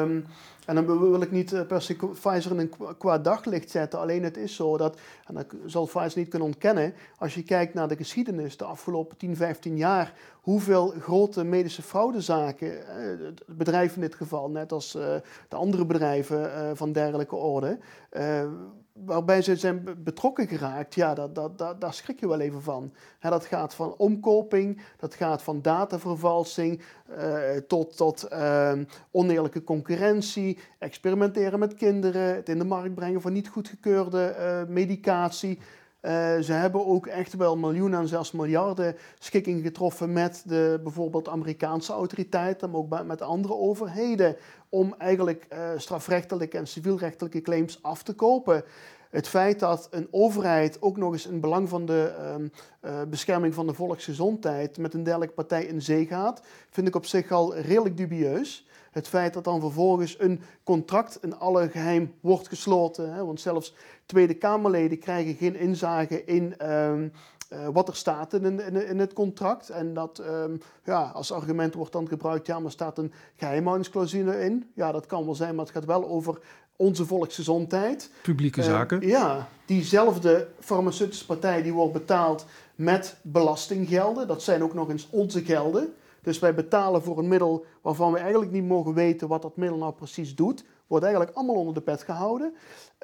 En dan wil ik niet per se Pfizer in een kwaad daglicht zetten. Alleen het is zo dat, en dat zal Pfizer niet kunnen ontkennen, als je kijkt naar de geschiedenis de afgelopen 10, 15 jaar, hoeveel grote medische fraudezaken, het bedrijf in dit geval, net als de andere bedrijven van dergelijke orde, waarbij ze zijn betrokken geraakt, ja, daar schrik je wel even van. Dat gaat van omkoping, dat gaat van datavervalsing tot oneerlijke concurrentie, experimenteren met kinderen, het in de markt brengen van niet goedgekeurde medicatie. Ze hebben ook echt wel miljoenen en zelfs miljarden schikkingen getroffen met de bijvoorbeeld Amerikaanse autoriteiten, maar ook met andere overheden, om eigenlijk strafrechtelijke en civielrechtelijke claims af te kopen. Het feit dat een overheid ook nog eens in belang van de bescherming van de volksgezondheid met een dergelijke partij in zee gaat, vind ik op zich al redelijk dubieus. Het feit dat dan vervolgens een contract in alle geheim wordt gesloten, want zelfs Tweede Kamerleden krijgen geen inzage in wat er staat in het contract. En dat als argument wordt dan gebruikt, ja, maar er staat een geheimhoudingsclausule in. Ja, dat kan wel zijn, maar het gaat wel over onze volksgezondheid. Publieke zaken. Ja, diezelfde farmaceutische partij die wordt betaald met belastinggelden. Dat zijn ook nog eens onze gelden. Dus wij betalen voor een middel waarvan we eigenlijk niet mogen weten wat dat middel nou precies doet. Wordt eigenlijk allemaal onder de pet gehouden.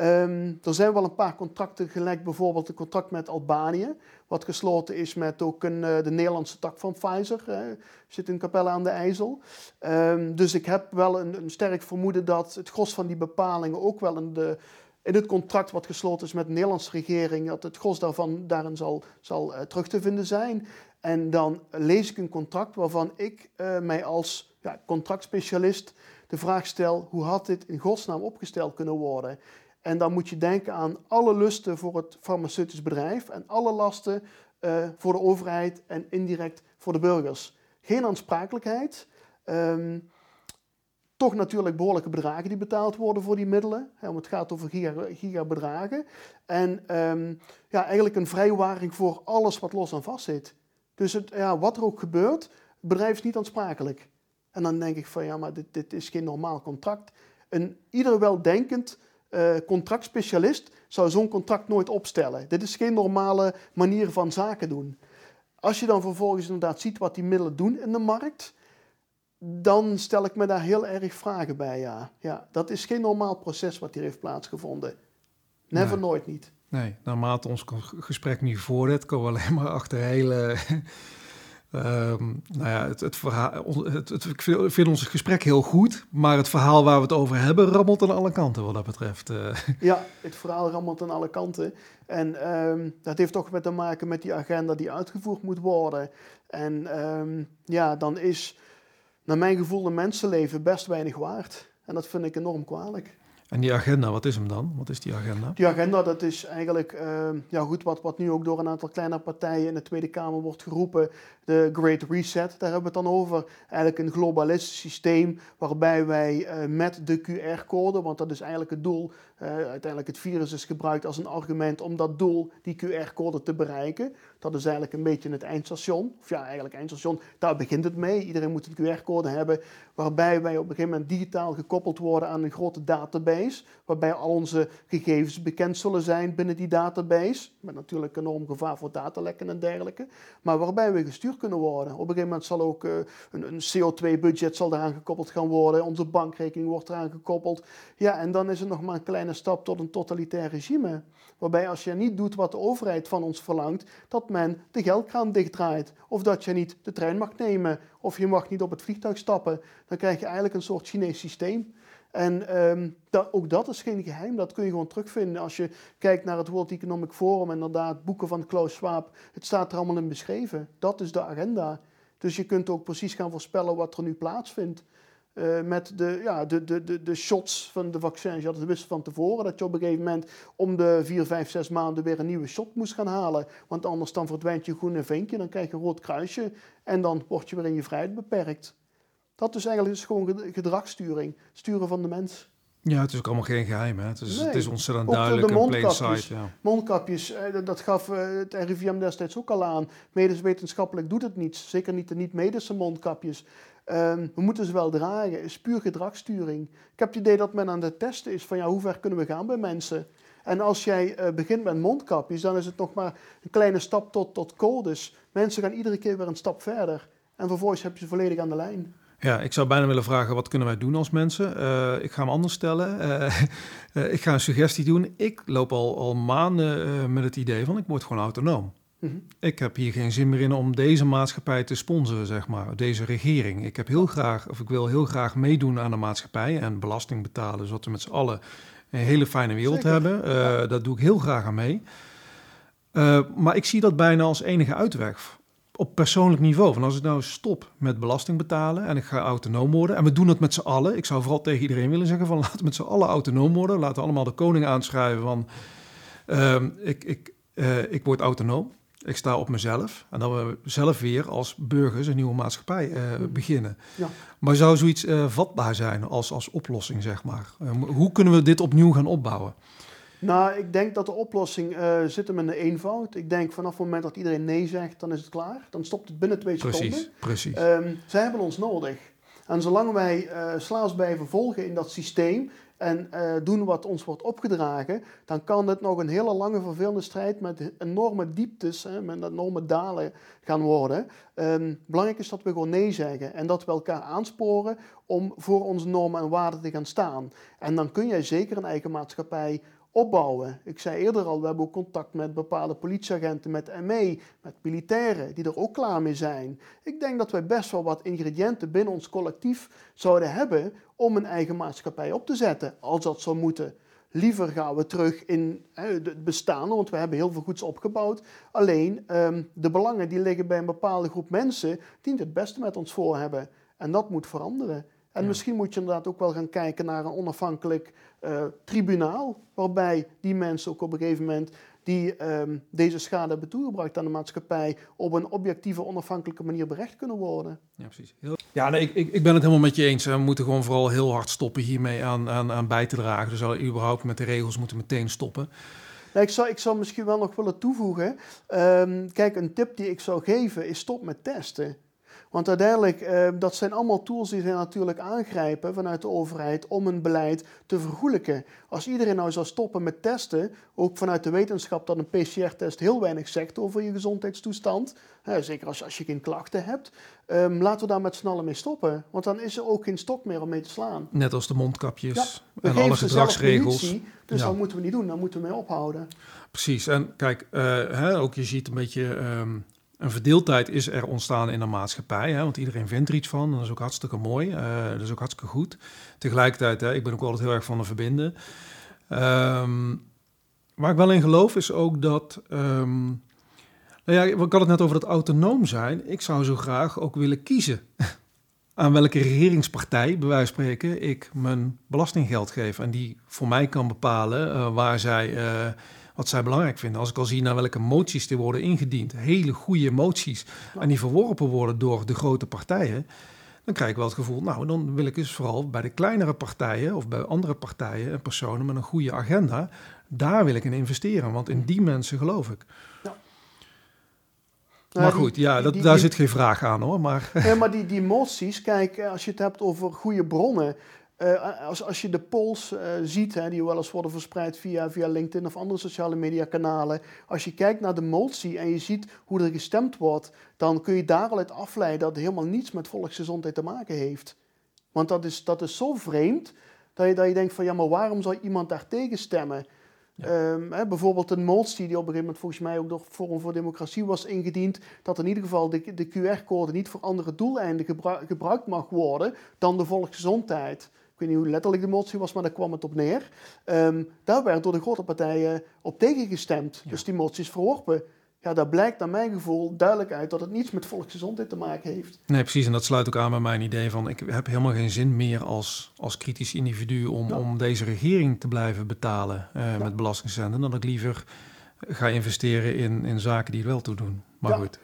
Er zijn wel een paar contracten gelekt, bijvoorbeeld een contract met Albanië, wat gesloten is met ook de Nederlandse tak van Pfizer. Zit in Capelle aan de IJssel. Dus ik heb wel een sterk vermoeden dat het gros van die bepalingen ook wel in het contract wat gesloten is met de Nederlandse regering, dat het gros daarin zal terug te vinden zijn. En dan lees ik een contract waarvan ik mij als contractspecialist de vraag stel, hoe had dit in godsnaam opgesteld kunnen worden? En dan moet je denken aan alle lusten voor het farmaceutisch bedrijf en alle lasten voor de overheid en indirect voor de burgers. Geen aansprakelijkheid. Toch natuurlijk behoorlijke bedragen die betaald worden voor die middelen. Want het gaat over gigabedragen. En eigenlijk een vrijwaring voor alles wat los en vast zit. Dus wat er ook gebeurt, het bedrijf is niet aansprakelijk. En dan denk ik van ja, maar dit is geen normaal contract. Ieder weldenkend contractspecialist zou zo'n contract nooit opstellen. Dit is geen normale manier van zaken doen. Als je dan vervolgens inderdaad ziet wat die middelen doen in de markt, dan stel ik me daar heel erg vragen bij, ja. Ja, dat is geen normaal proces wat hier heeft plaatsgevonden. Never, nooit niet. Nee, naarmate ons gesprek nu voordat, komen we alleen maar achter hele Het verhaal, ik vind ons gesprek heel goed, maar het verhaal waar we het over hebben rammelt aan alle kanten wat dat betreft. Ja, het verhaal rammelt aan alle kanten. En dat heeft toch te maken met die agenda die uitgevoerd moet worden. En dan is naar mijn gevoel een mensenleven best weinig waard. En dat vind ik enorm kwalijk. En die agenda, wat is hem dan? Wat is die agenda? Die agenda, dat is eigenlijk wat nu ook door een aantal kleine partijen in de Tweede Kamer wordt geroepen. De Great Reset, daar hebben we het dan over. Eigenlijk een globalistisch systeem waarbij wij met de QR-code, want dat is eigenlijk het doel. Uiteindelijk het virus is gebruikt als een argument om dat doel, die QR-code, te bereiken. Dat is eigenlijk een beetje het eindstation. Of ja, eigenlijk eindstation, daar begint het mee. Iedereen moet een QR-code hebben, waarbij wij op een gegeven moment digitaal gekoppeld worden aan een grote database, waarbij al onze gegevens bekend zullen zijn binnen die database, met natuurlijk enorm gevaar voor datalekken en dergelijke, maar waarbij we gestuurd kunnen worden. Op een gegeven moment zal ook een CO2-budget zal eraan gekoppeld gaan worden, onze bankrekening wordt eraan gekoppeld. Ja, en dan is het nog maar een kleine stap tot een totalitair regime, waarbij als je niet doet wat de overheid van ons verlangt, dat men de geldkraan dichtdraait, of dat je niet de trein mag nemen, of je mag niet op het vliegtuig stappen. Dan krijg je eigenlijk een soort Chinees systeem. En ook dat is geen geheim, dat kun je gewoon terugvinden. Als je kijkt naar het World Economic Forum, inderdaad, boeken van Klaus Schwab, het staat er allemaal in beschreven. Dat is de agenda. Dus je kunt ook precies gaan voorspellen wat er nu plaatsvindt. Met de shots van de vaccins. Je had het wist van tevoren dat je op een gegeven moment om de 4, 5, 6 maanden weer een nieuwe shot moest gaan halen. Want anders dan verdwijnt je groene vinkje, dan krijg je een rood kruisje en dan word je weer in je vrijheid beperkt. Dat is eigenlijk dus gewoon gedragssturing, sturen van de mens. Ja, het is ook allemaal geen geheim, hè? Het is ontzettend ook duidelijk, de een plain sight. Ja. Mondkapjes, dat gaf het RIVM destijds ook al aan. Medisch wetenschappelijk doet het niets, zeker niet de niet-medische mondkapjes. We moeten ze wel dragen, het is puur gedragssturing. Ik heb het idee dat men aan het testen is van hoe ver kunnen we gaan bij mensen. En als jij begint met mondkapjes, dan is het nog maar een kleine stap tot codes. Mensen gaan iedere keer weer een stap verder. En vervolgens heb je ze volledig aan de lijn. Ja, ik zou bijna willen vragen, wat kunnen wij doen als mensen? Ik ga hem anders stellen. Ik ga een suggestie doen. Ik loop al maanden met het idee van, ik word gewoon autonoom. Mm-hmm. Ik heb hier geen zin meer in om deze maatschappij te sponsoren, zeg maar, deze regering. Ik wil heel graag meedoen aan de maatschappij en belasting betalen, zodat we met z'n allen een hele fijne wereld hebben. Dat doe ik heel graag aan mee. Maar ik zie dat bijna als enige uitweg. Op persoonlijk niveau. Van als ik nou stop met belasting betalen en ik ga autonoom worden. En we doen het met z'n allen. Ik zou vooral tegen iedereen willen zeggen van laten we met z'n allen autonoom worden. Laten we allemaal de koning aanschrijven van ik word autonoom. Ik sta op mezelf. En dan we zelf weer als burgers een nieuwe maatschappij beginnen. Ja. Maar zou zoiets vatbaar zijn als oplossing, zeg maar? Hoe kunnen we dit opnieuw gaan opbouwen? Nou, ik denk dat de oplossing zit hem in de eenvoud. Ik denk vanaf het moment dat iedereen nee zegt, dan is het klaar. Dan stopt het binnen 2 seconden. Precies. Zij hebben ons nodig. En zolang wij slaas blijven volgen in dat systeem en doen wat ons wordt opgedragen, dan kan dit nog een hele lange vervelende strijd met enorme dieptes, met enorme dalen gaan worden. Belangrijk is dat we gewoon nee zeggen en dat we elkaar aansporen om voor onze normen en waarden te gaan staan. En dan kun jij zeker een eigen maatschappij opbouwen. Ik zei eerder al, we hebben ook contact met bepaalde politieagenten, met ME, met militairen, die er ook klaar mee zijn. Ik denk dat wij best wel wat ingrediënten binnen ons collectief zouden hebben om een eigen maatschappij op te zetten, als dat zou moeten. Liever gaan we terug in het bestaande, want we hebben heel veel goeds opgebouwd. Alleen, de belangen die liggen bij een bepaalde groep mensen, die het beste met ons voor hebben. En dat moet veranderen. En misschien moet je inderdaad ook wel gaan kijken naar een onafhankelijk tribunaal, waarbij die mensen ook op een gegeven moment die deze schade hebben toegebracht aan de maatschappij op een objectieve, onafhankelijke manier berecht kunnen worden. Ja, precies. Ja, nee, ik ben het helemaal met je eens. We moeten gewoon vooral heel hard stoppen hiermee aan bij te dragen. Dus al überhaupt met de regels moeten meteen stoppen. Nou, ik zou misschien wel nog willen toevoegen. Kijk, een tip die ik zou geven is stop met testen. Want uiteindelijk, dat zijn allemaal tools die zij natuurlijk aangrijpen vanuit de overheid om een beleid te vergoelijken. Als iedereen nou zou stoppen met testen, ook vanuit de wetenschap dat een PCR-test heel weinig zegt over je gezondheidstoestand, zeker als je geen klachten hebt, laten we daar met z'n allen mee stoppen. Want dan is er ook geen stok meer om mee te slaan. Net als de mondkapjes en alle gedragsregels. Dus dat moeten we niet doen, daar moeten we mee ophouden. Precies, en kijk, ook je ziet een beetje Een verdeeldheid is er ontstaan in de maatschappij, hè, want iedereen vindt er iets van. En dat is ook hartstikke mooi, dat is ook hartstikke goed. Tegelijkertijd, ik ben ook altijd heel erg van de verbinden. Waar ik wel in geloof is ook dat... ik had het net over dat autonoom zijn. Ik zou zo graag ook willen kiezen aan welke regeringspartij, bij wijze van spreken, ik mijn belastinggeld geef. En die voor mij kan bepalen wat zij belangrijk vinden. Als ik al zie naar welke moties er worden ingediend, hele goede moties, en die verworpen worden door de grote partijen, dan krijg ik wel het gevoel, nou, dan wil ik dus vooral bij de kleinere partijen of bij andere partijen en personen met een goede agenda, daar wil ik in investeren, want in die mensen geloof ik. Ja. Maar goed, daar zit geen vraag aan hoor. Maar die moties, kijk, als je het hebt over goede bronnen, als je de polls ziet, die wel eens worden verspreid via LinkedIn of andere sociale media kanalen, als je kijkt naar de motie en je ziet hoe er gestemd wordt, dan kun je daar al uit afleiden dat het helemaal niets met volksgezondheid te maken heeft. Want dat is zo vreemd dat je denkt van, ja, maar waarom zou iemand daar tegen stemmen? Ja. Bijvoorbeeld een motie die op een gegeven moment volgens mij ook door Forum voor Democratie was ingediend, dat in ieder geval de QR-code niet voor andere doeleinden gebruikt mag worden dan de volksgezondheid. Ik weet niet hoe letterlijk de motie was, maar daar kwam het op neer. Daar werd door de grote partijen op tegengestemd. Ja. Dus die motie is verworpen. Ja, daar blijkt naar mijn gevoel duidelijk uit dat het niets met volksgezondheid te maken heeft. Nee, precies. En dat sluit ook aan bij mijn idee van, ik heb helemaal geen zin meer als kritisch individu om deze regering te blijven betalen met belastingcenten. Dan dat ik liever ga investeren in zaken die het wel toe doen. Maar goed.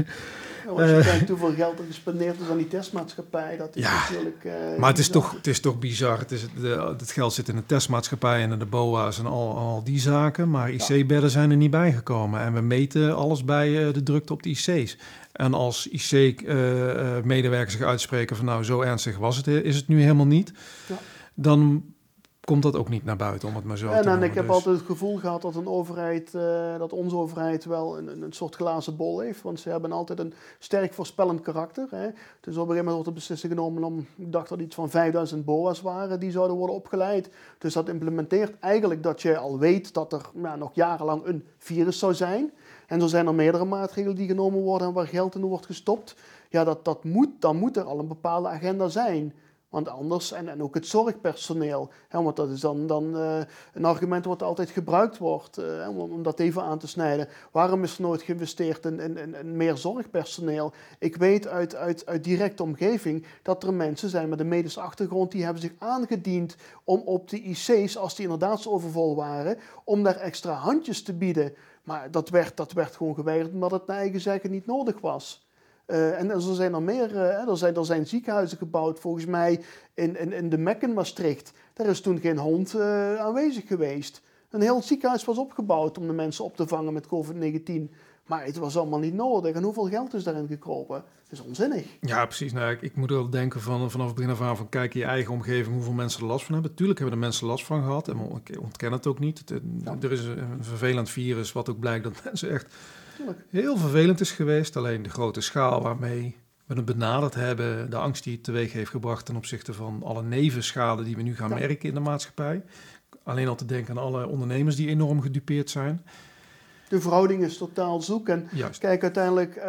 Als je kijkt hoeveel geld er gespendeerd is aan die testmaatschappij, dat is natuurlijk... maar het is toch bizar. Het geld zit in de testmaatschappij en in de BOA's en al die zaken. Maar IC-bedden zijn er niet bijgekomen. En we meten alles bij de drukte op de IC's. En als IC-medewerkers zich uitspreken van nou, zo ernstig is het nu helemaal niet. Ja. Dan komt dat ook niet naar buiten, om het maar zo te noemen. En ik heb altijd het gevoel gehad dat dat onze overheid wel een soort glazen bol heeft. Want ze hebben altijd een sterk voorspellend karakter. Hè. Dus op een gegeven moment wordt de beslissing genomen ik dacht dat iets van 5000 BOA's waren die zouden worden opgeleid. Dus dat implementeert eigenlijk dat je al weet dat er nog jarenlang een virus zou zijn. En zo zijn er meerdere maatregelen die genomen worden en waar geld in wordt gestopt. Ja, dan moet er al een bepaalde agenda zijn. Want anders, en ook het zorgpersoneel, want dat is dan een argument wat altijd gebruikt wordt, om dat even aan te snijden. Waarom is er nooit geïnvesteerd in meer zorgpersoneel? Ik weet uit directe omgeving dat er mensen zijn met een medische achtergrond die hebben zich aangediend om op de IC's, als die inderdaad zo overvol waren, om daar extra handjes te bieden. Maar dat werd gewoon geweigerd omdat het naar eigen zeggen niet nodig was. En er zijn er meer, er zijn ziekenhuizen gebouwd, volgens mij in de Mek in Maastricht. Daar is toen geen hond aanwezig geweest. Een heel ziekenhuis was opgebouwd om de mensen op te vangen met COVID-19. Maar het was allemaal niet nodig. En hoeveel geld is daarin gekropen? Dat is onzinnig. Ja, precies. Nou, ik moet wel denken vanaf het begin af aan van kijk in je eigen omgeving hoeveel mensen er last van hebben. Tuurlijk hebben er mensen last van gehad. En ik ontken het ook niet. Er is een vervelend virus wat ook blijkt dat mensen echt heel vervelend is geweest. Alleen de grote schaal waarmee we het benaderd hebben, de angst die het teweeg heeft gebracht ten opzichte van alle nevenschade die we nu gaan merken in de maatschappij. Alleen al te denken aan alle ondernemers die enorm gedupeerd zijn. De verhouding is totaal zoek. En kijk, uiteindelijk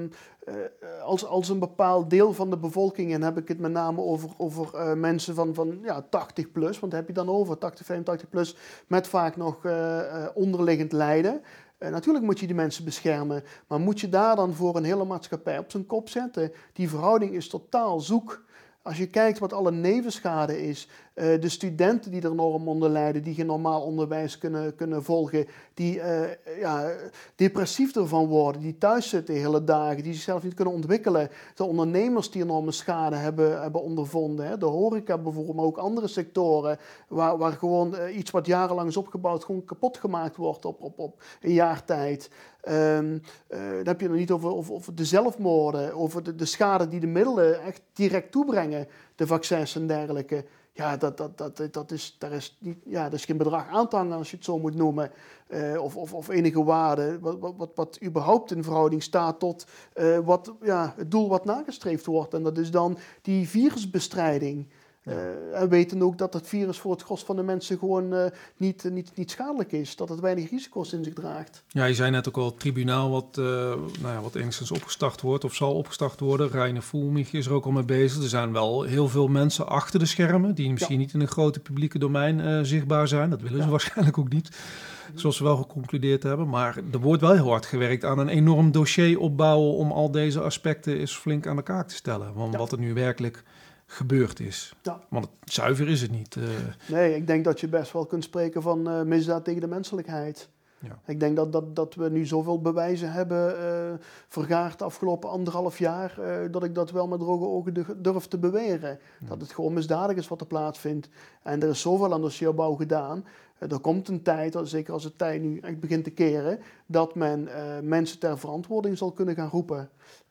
als een bepaald deel van de bevolking, en heb ik het met name over mensen van 80 plus, want heb je dan over 80, 85 plus, met vaak nog onderliggend lijden. Natuurlijk moet je die mensen beschermen, maar moet je daar dan voor een hele maatschappij op zijn kop zetten? Die verhouding is totaal zoek. Als je kijkt wat alle nevenschade is, de studenten die er enorm onder lijden, die geen normaal onderwijs kunnen volgen, die depressief ervan worden, die thuis zitten de hele dagen, die zichzelf niet kunnen ontwikkelen. De ondernemers die enorme schade hebben ondervonden, hè. De horeca bijvoorbeeld, maar ook andere sectoren, waar gewoon iets wat jarenlang is opgebouwd gewoon kapot gemaakt wordt op een jaar tijd. Dan heb je het niet over de zelfmoorden, over de schade die de middelen echt direct toebrengen, de vaccins en dergelijke. Ja, daar is geen bedrag aan te hangen als je het zo moet noemen. Of enige waarde wat überhaupt in verhouding staat tot het doel wat nagestreefd wordt. En dat is dan die virusbestrijding. En weten ook dat het virus voor het gros van de mensen gewoon niet schadelijk is. Dat het weinig risico's in zich draagt. Ja, je zei net ook al, het tribunaal wat enigszins opgestart wordt of zal opgestart worden. Reiner Voelmich is er ook al mee bezig. Er zijn wel heel veel mensen achter de schermen die misschien niet in een grote publieke domein zichtbaar zijn. Dat willen ze waarschijnlijk ook niet, zoals ze wel geconcludeerd hebben. Maar er wordt wel heel hard gewerkt aan een enorm dossier opbouwen om al deze aspecten eens flink aan de kaak te stellen. Want wat er nu werkelijk gebeurd is. Ja. Want zuiver is het niet. Nee, ik denk dat je best wel kunt spreken van misdaad tegen de menselijkheid. Ja. Ik denk dat we nu zoveel bewijzen hebben vergaard de afgelopen 1,5 jaar... dat ik dat wel met droge ogen durf te beweren. Ja. Dat het gewoon misdadig is wat er plaatsvindt. En er is zoveel aan dossierbouw gedaan. Er komt een tijd, zeker als het tijd nu echt begint te keren... dat men mensen ter verantwoording zal kunnen gaan roepen.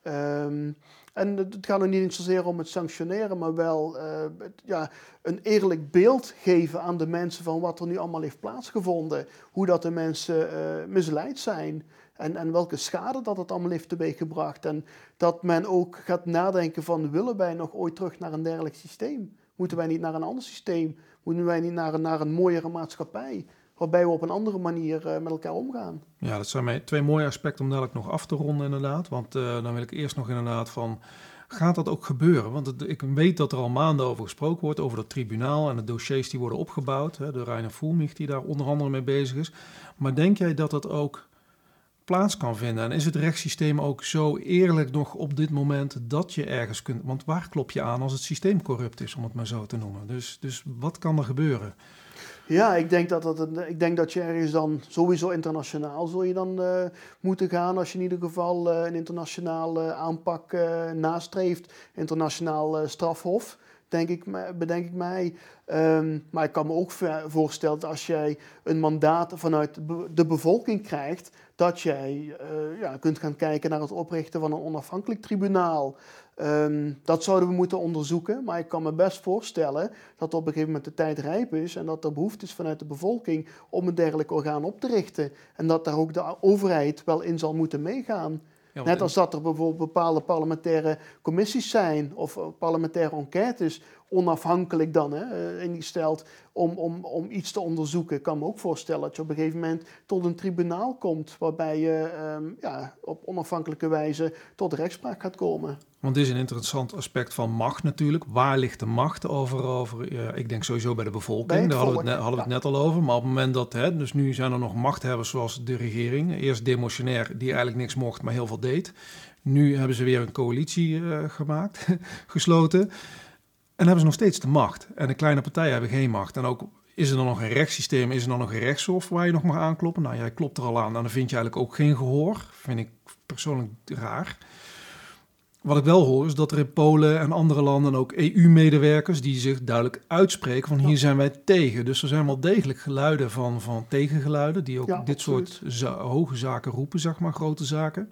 En het gaat er niet eens zozeer om het sanctioneren, maar wel een eerlijk beeld geven aan de mensen van wat er nu allemaal heeft plaatsgevonden. Hoe dat de mensen misleid zijn en welke schade dat het allemaal heeft teweeggebracht. En dat men ook gaat nadenken van, willen wij nog ooit terug naar een dergelijk systeem? Moeten wij niet naar een ander systeem? Moeten wij niet naar een mooiere maatschappij? Waarbij we op een andere manier met elkaar omgaan. Ja, dat zijn 2 mooie aspecten om dadelijk nog af te ronden inderdaad. Want dan wil ik eerst nog inderdaad van, gaat dat ook gebeuren? Want ik weet dat er al maanden over gesproken wordt, over dat tribunaal en de dossiers die worden opgebouwd. De Reiner Voelmich die daar onder andere mee bezig is. Maar denk jij dat dat ook plaats kan vinden? En is het rechtssysteem ook zo eerlijk nog op dit moment dat je ergens kunt... Want waar klop je aan als het systeem corrupt is, om het maar zo te noemen? Dus wat kan er gebeuren? Ja, ik denk dat je ergens dan sowieso internationaal zul je dan moeten gaan. Als je in ieder geval een internationale aanpak nastreeft. Internationaal strafhof, bedenk ik mij. Maar ik kan me ook voorstellen dat als jij een mandaat vanuit de bevolking krijgt... dat jij kunt gaan kijken naar het oprichten van een onafhankelijk tribunaal. Dat zouden we moeten onderzoeken, maar ik kan me best voorstellen dat op een gegeven moment de tijd rijp is en dat er behoefte is vanuit de bevolking om een dergelijk orgaan op te richten. En dat daar ook de overheid wel in zal moeten meegaan. Ja, net als dat er bijvoorbeeld bepaalde parlementaire commissies zijn of parlementaire enquêtes, onafhankelijk dan ingesteld om iets te onderzoeken. Ik kan me ook voorstellen dat je op een gegeven moment tot een tribunaal komt waarbij je op onafhankelijke wijze tot rechtspraak gaat komen. Want dit is een interessant aspect van macht natuurlijk. Waar ligt de macht over? Ik denk sowieso bij de bevolking. Daar hadden we het net al over. Maar op het moment dat, dus nu zijn er nog machthebbers zoals de regering. Eerst demotionair, die eigenlijk niks mocht, maar heel veel deed. Nu hebben ze weer een coalitie gemaakt, gesloten. En hebben ze nog steeds de macht. En de kleine partijen hebben geen macht. En ook, is er dan nog een rechtssysteem, is er dan nog een rechtshof waar je nog mag aankloppen? Nou, jij klopt er al aan. Dan vind je eigenlijk ook geen gehoor. Vind ik persoonlijk raar. Wat ik wel hoor is dat er in Polen en andere landen ook EU-medewerkers die zich duidelijk uitspreken van hier zijn wij tegen. Dus er zijn wel degelijk geluiden van tegengeluiden die ook dit soort hoge zaken roepen, zeg maar, grote zaken.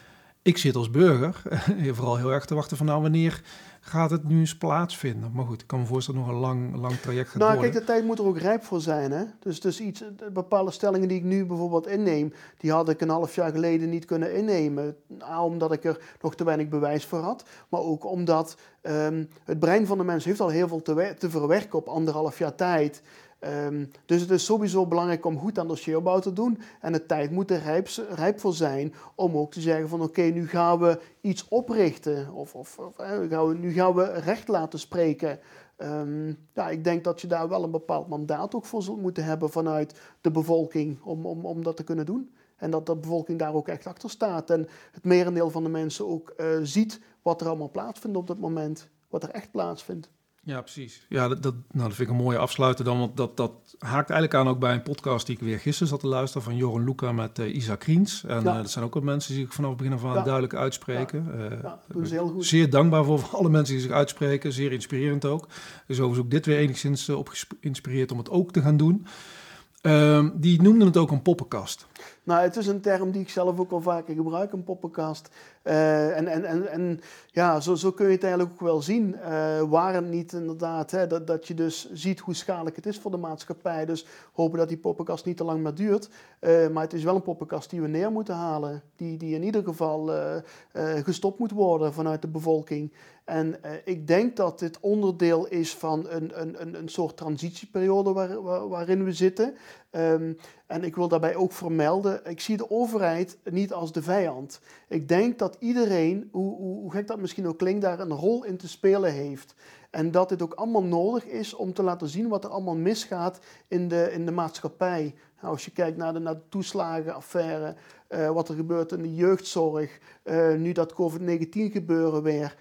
Ik zit als burger vooral heel erg te wachten van wanneer gaat het nu eens plaatsvinden. Maar goed, ik kan me voorstellen dat nog een lang traject gaat worden. Kijk, de tijd moet er ook rijp voor zijn. Hè? Dus bepaalde stellingen die ik nu bijvoorbeeld inneem, die had ik een half jaar geleden niet kunnen innemen. Omdat ik er nog te weinig bewijs voor had. Maar ook omdat het brein van de mens heeft al heel veel te verwerken op 1,5 jaar tijd. Dus het is sowieso belangrijk om goed aan dossierbouw te doen. En de tijd moet er rijp voor zijn om ook te zeggen van oké, nu gaan we iets oprichten. Nu gaan we recht laten spreken. Ik denk dat je daar wel een bepaald mandaat ook voor zult moeten hebben vanuit de bevolking om dat te kunnen doen. En dat de bevolking daar ook echt achter staat. En het merendeel van de mensen ook ziet wat er allemaal plaatsvindt op dat moment. Wat er echt plaatsvindt. Ja, precies. Ja, dat vind ik een mooie afsluiter dan, want dat haakt eigenlijk aan ook bij een podcast die ik weer gisteren zat te luisteren van Joren Luca met Isaac Riens. En dat zijn ook wel mensen die zich vanaf het begin af aan duidelijk uitspreken. Dat is heel goed. Zeer dankbaar voor alle mensen die zich uitspreken, zeer inspirerend ook. Dus overigens ook dit weer enigszins op geïnspireerd om het ook te gaan doen. Die noemden het ook een poppenkast. Nou, het is een term die ik zelf ook wel vaker gebruik, een poppenkast. En ja, zo kun je het eigenlijk ook wel zien. Waar het niet inderdaad, hè, dat je dus ziet hoe schadelijk het is voor de maatschappij. Dus hopen dat die poppenkast niet te lang meer duurt. Maar het is wel een poppenkast die we neer moeten halen. Die in ieder geval gestopt moet worden vanuit de bevolking. En ik denk dat dit onderdeel is van een soort transitieperiode waarin we zitten. En ik wil daarbij ook vermelden, ik zie de overheid niet als de vijand. Ik denk dat iedereen, hoe gek dat misschien ook klinkt, daar een rol in te spelen heeft. En dat dit ook allemaal nodig is om te laten zien wat er allemaal misgaat in de maatschappij. Nou, als je kijkt naar de toeslagenaffaire, wat er gebeurt in de jeugdzorg, nu dat COVID-19 gebeuren weer.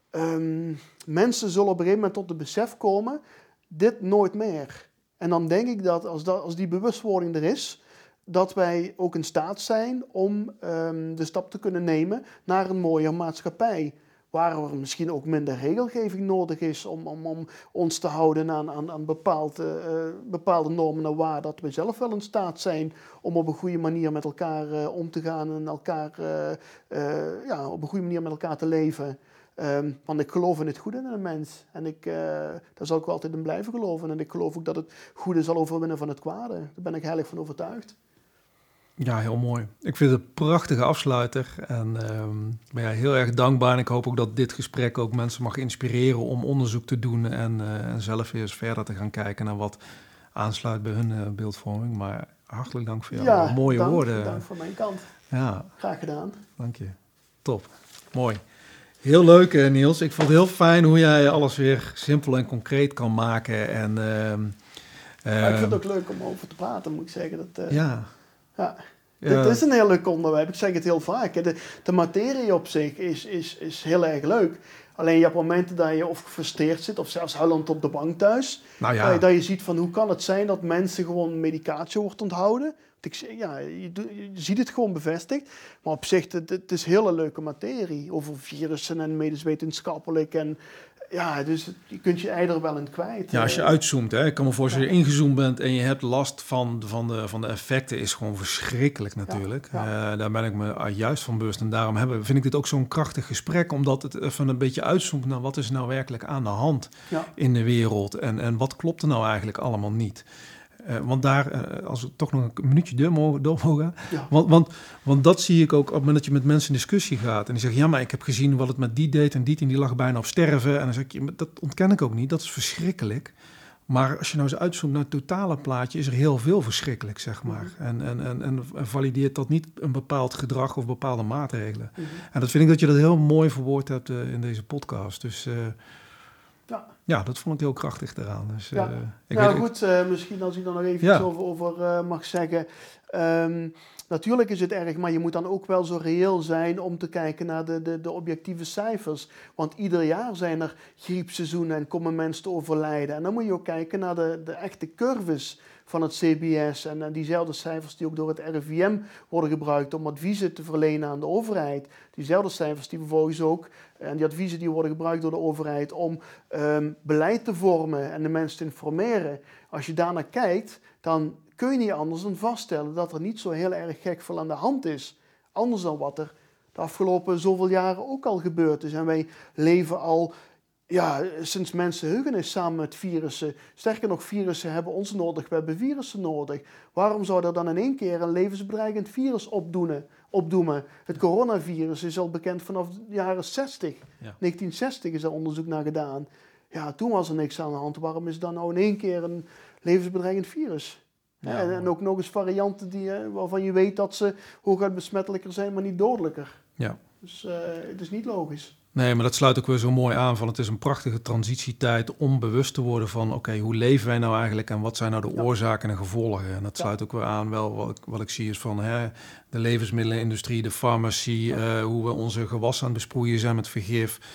Mensen zullen op een gegeven moment tot het besef komen, dit nooit meer. En dan denk ik dat als die bewustwording er is, dat wij ook in staat zijn om de stap te kunnen nemen naar een mooier maatschappij. Waar er misschien ook minder regelgeving nodig is om ons te houden aan bepaalde normen en waarden. Dat we zelf wel in staat zijn om op een goede manier met elkaar om te gaan en op een goede manier met elkaar te leven. Want ik geloof in het goede in een mens. En daar zal ik wel altijd in blijven geloven. En ik geloof ook dat het goede zal overwinnen van het kwade. Daar ben ik heilig van overtuigd. Ja, heel mooi. Ik vind het een prachtige afsluiter. En ben jij heel erg dankbaar. En ik hoop ook dat dit gesprek ook mensen mag inspireren om onderzoek te doen. En zelf weer eens verder te gaan kijken naar wat aansluit bij hun beeldvorming. Maar hartelijk dank voor jouw mooie woorden. Dank van mijn kant. Ja. Graag gedaan. Dank je. Top. Mooi. Heel leuk, Niels. Ik vond het heel fijn hoe jij alles weer simpel en concreet kan maken. En, ik vind het ook leuk om over te praten, moet ik zeggen. Ja. Dit is een heel leuk onderwerp. Ik zeg het heel vaak. De materie op zich is heel erg leuk. Alleen je hebt momenten dat je of gefrustreerd zit of zelfs huilend op de bank thuis. Nou ja. Dat je ziet van hoe kan het zijn dat mensen gewoon medicatie wordt onthouden. Je ziet het gewoon bevestigd. Maar op zich, het is hele leuke materie. Over virussen en medisch wetenschappelijk. En ja, dus je kunt je ei er wel in kwijt. Ja, als je uitzoomt, hè. Ik kan me voorstellen, als je ingezoomd bent en je hebt last van de effecten, is gewoon verschrikkelijk natuurlijk. Ja. Daar ben ik me juist van bewust. En daarom vind ik dit ook zo'n krachtig gesprek, omdat het even een beetje uitzoomt naar wat is nou werkelijk aan de hand in de wereld. En wat klopt er nou eigenlijk allemaal niet. Want daar, als we toch nog een minuutje door mogen. Ja. Want dat zie ik ook op het moment dat je met mensen in discussie gaat. En die zeggen, ja, maar ik heb gezien wat het met die deed en die lag bijna op sterven. En dan zeg ik, dat ontken ik ook niet, dat is verschrikkelijk. Maar als je nou eens uitzoomt naar het totale plaatje, is er heel veel verschrikkelijk, zeg maar. Mm-hmm. En valideert dat niet een bepaald gedrag of bepaalde maatregelen. Mm-hmm. En dat vind ik dat je dat heel mooi verwoord hebt in deze podcast. Dus ja, dat vond ik heel krachtig eraan. Dus, misschien als ik er nog even over mag zeggen. Natuurlijk is het erg, maar je moet dan ook wel zo reëel zijn om te kijken naar de objectieve cijfers. Want ieder jaar zijn er griepseizoenen en komen mensen te overlijden. En dan moet je ook kijken naar de echte curves van het CBS en diezelfde cijfers die ook door het RIVM worden gebruikt om adviezen te verlenen aan de overheid. Diezelfde cijfers die vervolgens ook, en die adviezen die worden gebruikt door de overheid om beleid te vormen en de mensen te informeren. Als je daarnaar kijkt, dan kun je niet anders dan vaststellen dat er niet zo heel erg gek veel aan de hand is. Anders dan wat er de afgelopen zoveel jaren ook al gebeurd is. En wij leven al sinds mensenheugenis samen met virussen. Sterker nog, virussen hebben ons nodig, we hebben virussen nodig. Waarom zou er dan in één keer een levensbedreigend virus opdoemen? Het coronavirus is al bekend vanaf de jaren 60. Ja. 1960 is er onderzoek naar gedaan. Ja, toen was er niks aan de hand. Waarom is dan nou in één keer een levensbedreigend virus? Ja, en ook nog eens varianten waarvan je weet dat ze hooguit besmettelijker zijn, maar niet dodelijker. Ja. Dus het is niet logisch. Nee, maar dat sluit ook weer zo mooi aan van het is een prachtige transitietijd om bewust te worden van oké, hoe leven wij nou eigenlijk en wat zijn nou de oorzaken en gevolgen. En dat sluit ook weer aan wel wat ik zie is van de levensmiddelenindustrie, de farmacie, hoe we onze gewassen aan het besproeien zijn met vergif.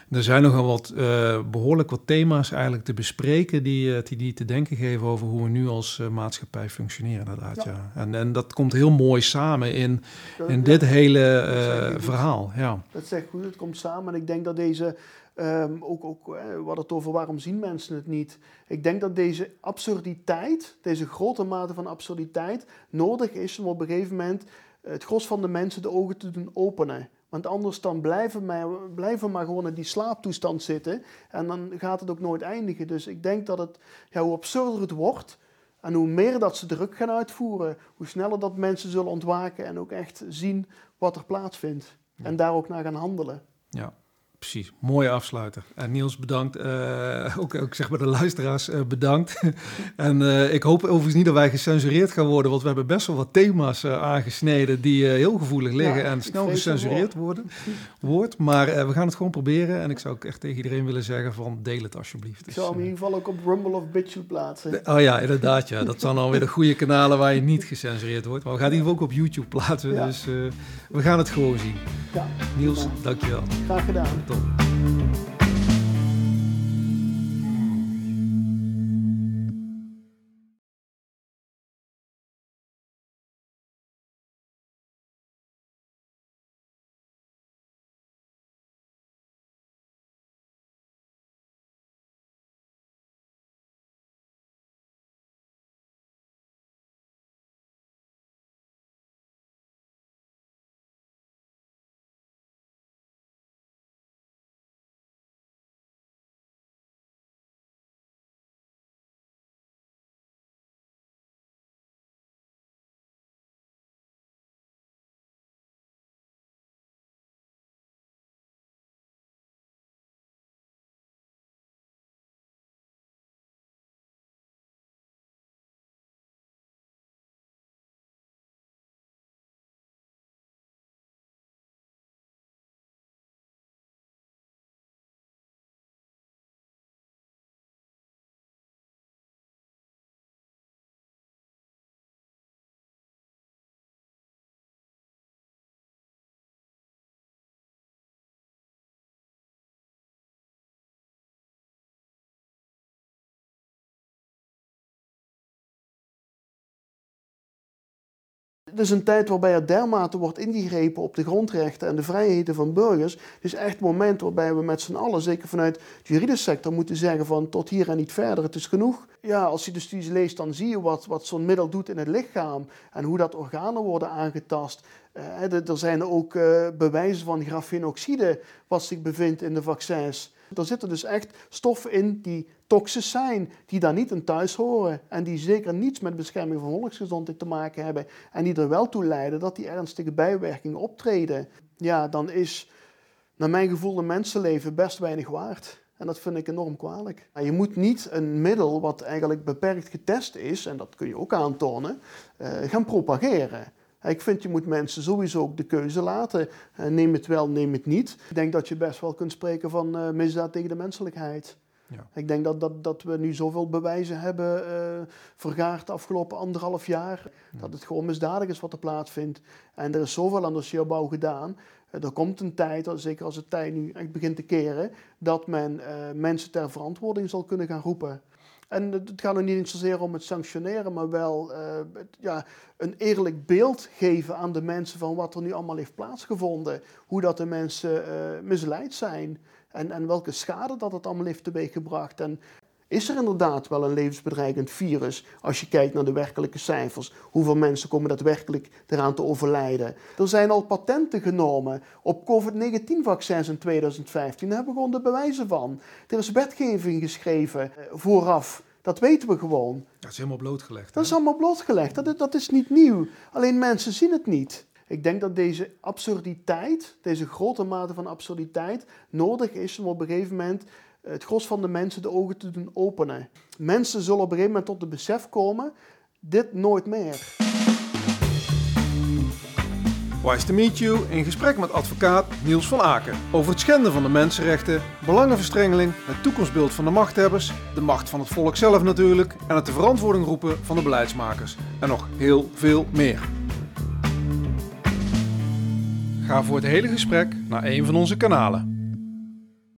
Er zijn nogal behoorlijk wat thema's eigenlijk te bespreken die te denken geven over hoe we nu als maatschappij functioneren inderdaad. Ja. En dat komt heel mooi samen in dit hele verhaal. Ja. Dat is echt goed, het komt samen. En ik denk dat deze, we hadden het over waarom zien mensen het niet. Ik denk dat deze absurditeit, deze grote mate van absurditeit, nodig is om op een gegeven moment het gros van de mensen de ogen te doen openen. Want anders dan blijven maar gewoon in die slaaptoestand zitten en dan gaat het ook nooit eindigen. Dus ik denk dat hoe absurder het wordt en hoe meer dat ze druk gaan uitvoeren, hoe sneller dat mensen zullen ontwaken en ook echt zien wat er plaatsvindt. Ja. En daar ook naar gaan handelen. Ja. Precies, mooie afsluiter. En Niels, bedankt. Ook zeg maar de luisteraars bedankt. En ik hoop overigens niet dat wij gecensureerd gaan worden, want we hebben best wel wat thema's aangesneden die heel gevoelig liggen en snel gecensureerd wordt. Maar we gaan het gewoon proberen. En ik zou ook echt tegen iedereen willen zeggen van deel het alsjeblieft. Ik zou hem in ieder geval ook op Rumble of BitChute plaatsen. Oh ja, inderdaad. Ja. Dat zijn dan weer de goede kanalen waar je niet gecensureerd wordt. Maar we gaan in ieder geval ook op YouTube plaatsen. Ja. Dus we gaan het gewoon zien. Ja, Niels, dankjewel. Graag gedaan. Top. Het is een tijd waarbij er dermate wordt ingegrepen op de grondrechten en de vrijheden van burgers. Het is echt het moment waarbij we met z'n allen, zeker vanuit de juridische sector, moeten zeggen van tot hier en niet verder, het is genoeg. Ja, als je de studies leest, dan zie je wat zo'n middel doet in het lichaam en hoe dat organen worden aangetast. Er zijn ook bewijzen van grafenoxide wat zich bevindt in de vaccins. Er zitten dus echt stoffen in die toxisch zijn, die daar niet in thuis horen en die zeker niets met bescherming van volksgezondheid te maken hebben en die er wel toe leiden dat die ernstige bijwerkingen optreden. Ja, dan is naar mijn gevoel een mensenleven best weinig waard. En dat vind ik enorm kwalijk. Je moet niet een middel wat eigenlijk beperkt getest is, en dat kun je ook aantonen, gaan propageren. Ik vind je moet mensen sowieso ook de keuze laten. Neem het wel, neem het niet. Ik denk dat je best wel kunt spreken van misdaad tegen de menselijkheid. Ja. Ik denk dat we nu zoveel bewijzen hebben vergaard de afgelopen 1,5 jaar. Ja. Dat het gewoon misdadig is wat er plaatsvindt. En er is zoveel aan dossierbouw gedaan. Er komt een tijd, zeker als de tijd nu echt begint te keren, dat men mensen ter verantwoording zal kunnen gaan roepen. En het gaat er niet eens zozeer om het sanctioneren, maar wel een eerlijk beeld geven aan de mensen van wat er nu allemaal heeft plaatsgevonden. Hoe dat de mensen misleid zijn en welke schade dat het allemaal heeft teweeggebracht. En is er inderdaad wel een levensbedreigend virus als je kijkt naar de werkelijke cijfers? Hoeveel mensen komen daadwerkelijk eraan te overlijden? Er zijn al patenten genomen op COVID-19-vaccins in 2015. Daar hebben we gewoon de bewijzen van. Er is wetgeving geschreven vooraf. Dat weten we gewoon. Dat is helemaal blootgelegd. Hè? Dat is allemaal blootgelegd. Dat is niet nieuw. Alleen mensen zien het niet. Ik denk dat deze absurditeit, deze grote mate van absurditeit, nodig is om op een gegeven moment het gros van de mensen de ogen te doen openen. Mensen zullen op een gegeven moment tot het besef komen, dit nooit meer. Wise to meet you in gesprek met advocaat Niels van Aken. Over het schenden van de mensenrechten, belangenverstrengeling, het toekomstbeeld van de machthebbers, de macht van het volk zelf natuurlijk en het de verantwoording roepen van de beleidsmakers. En nog heel veel meer. Ga voor het hele gesprek naar een van onze kanalen.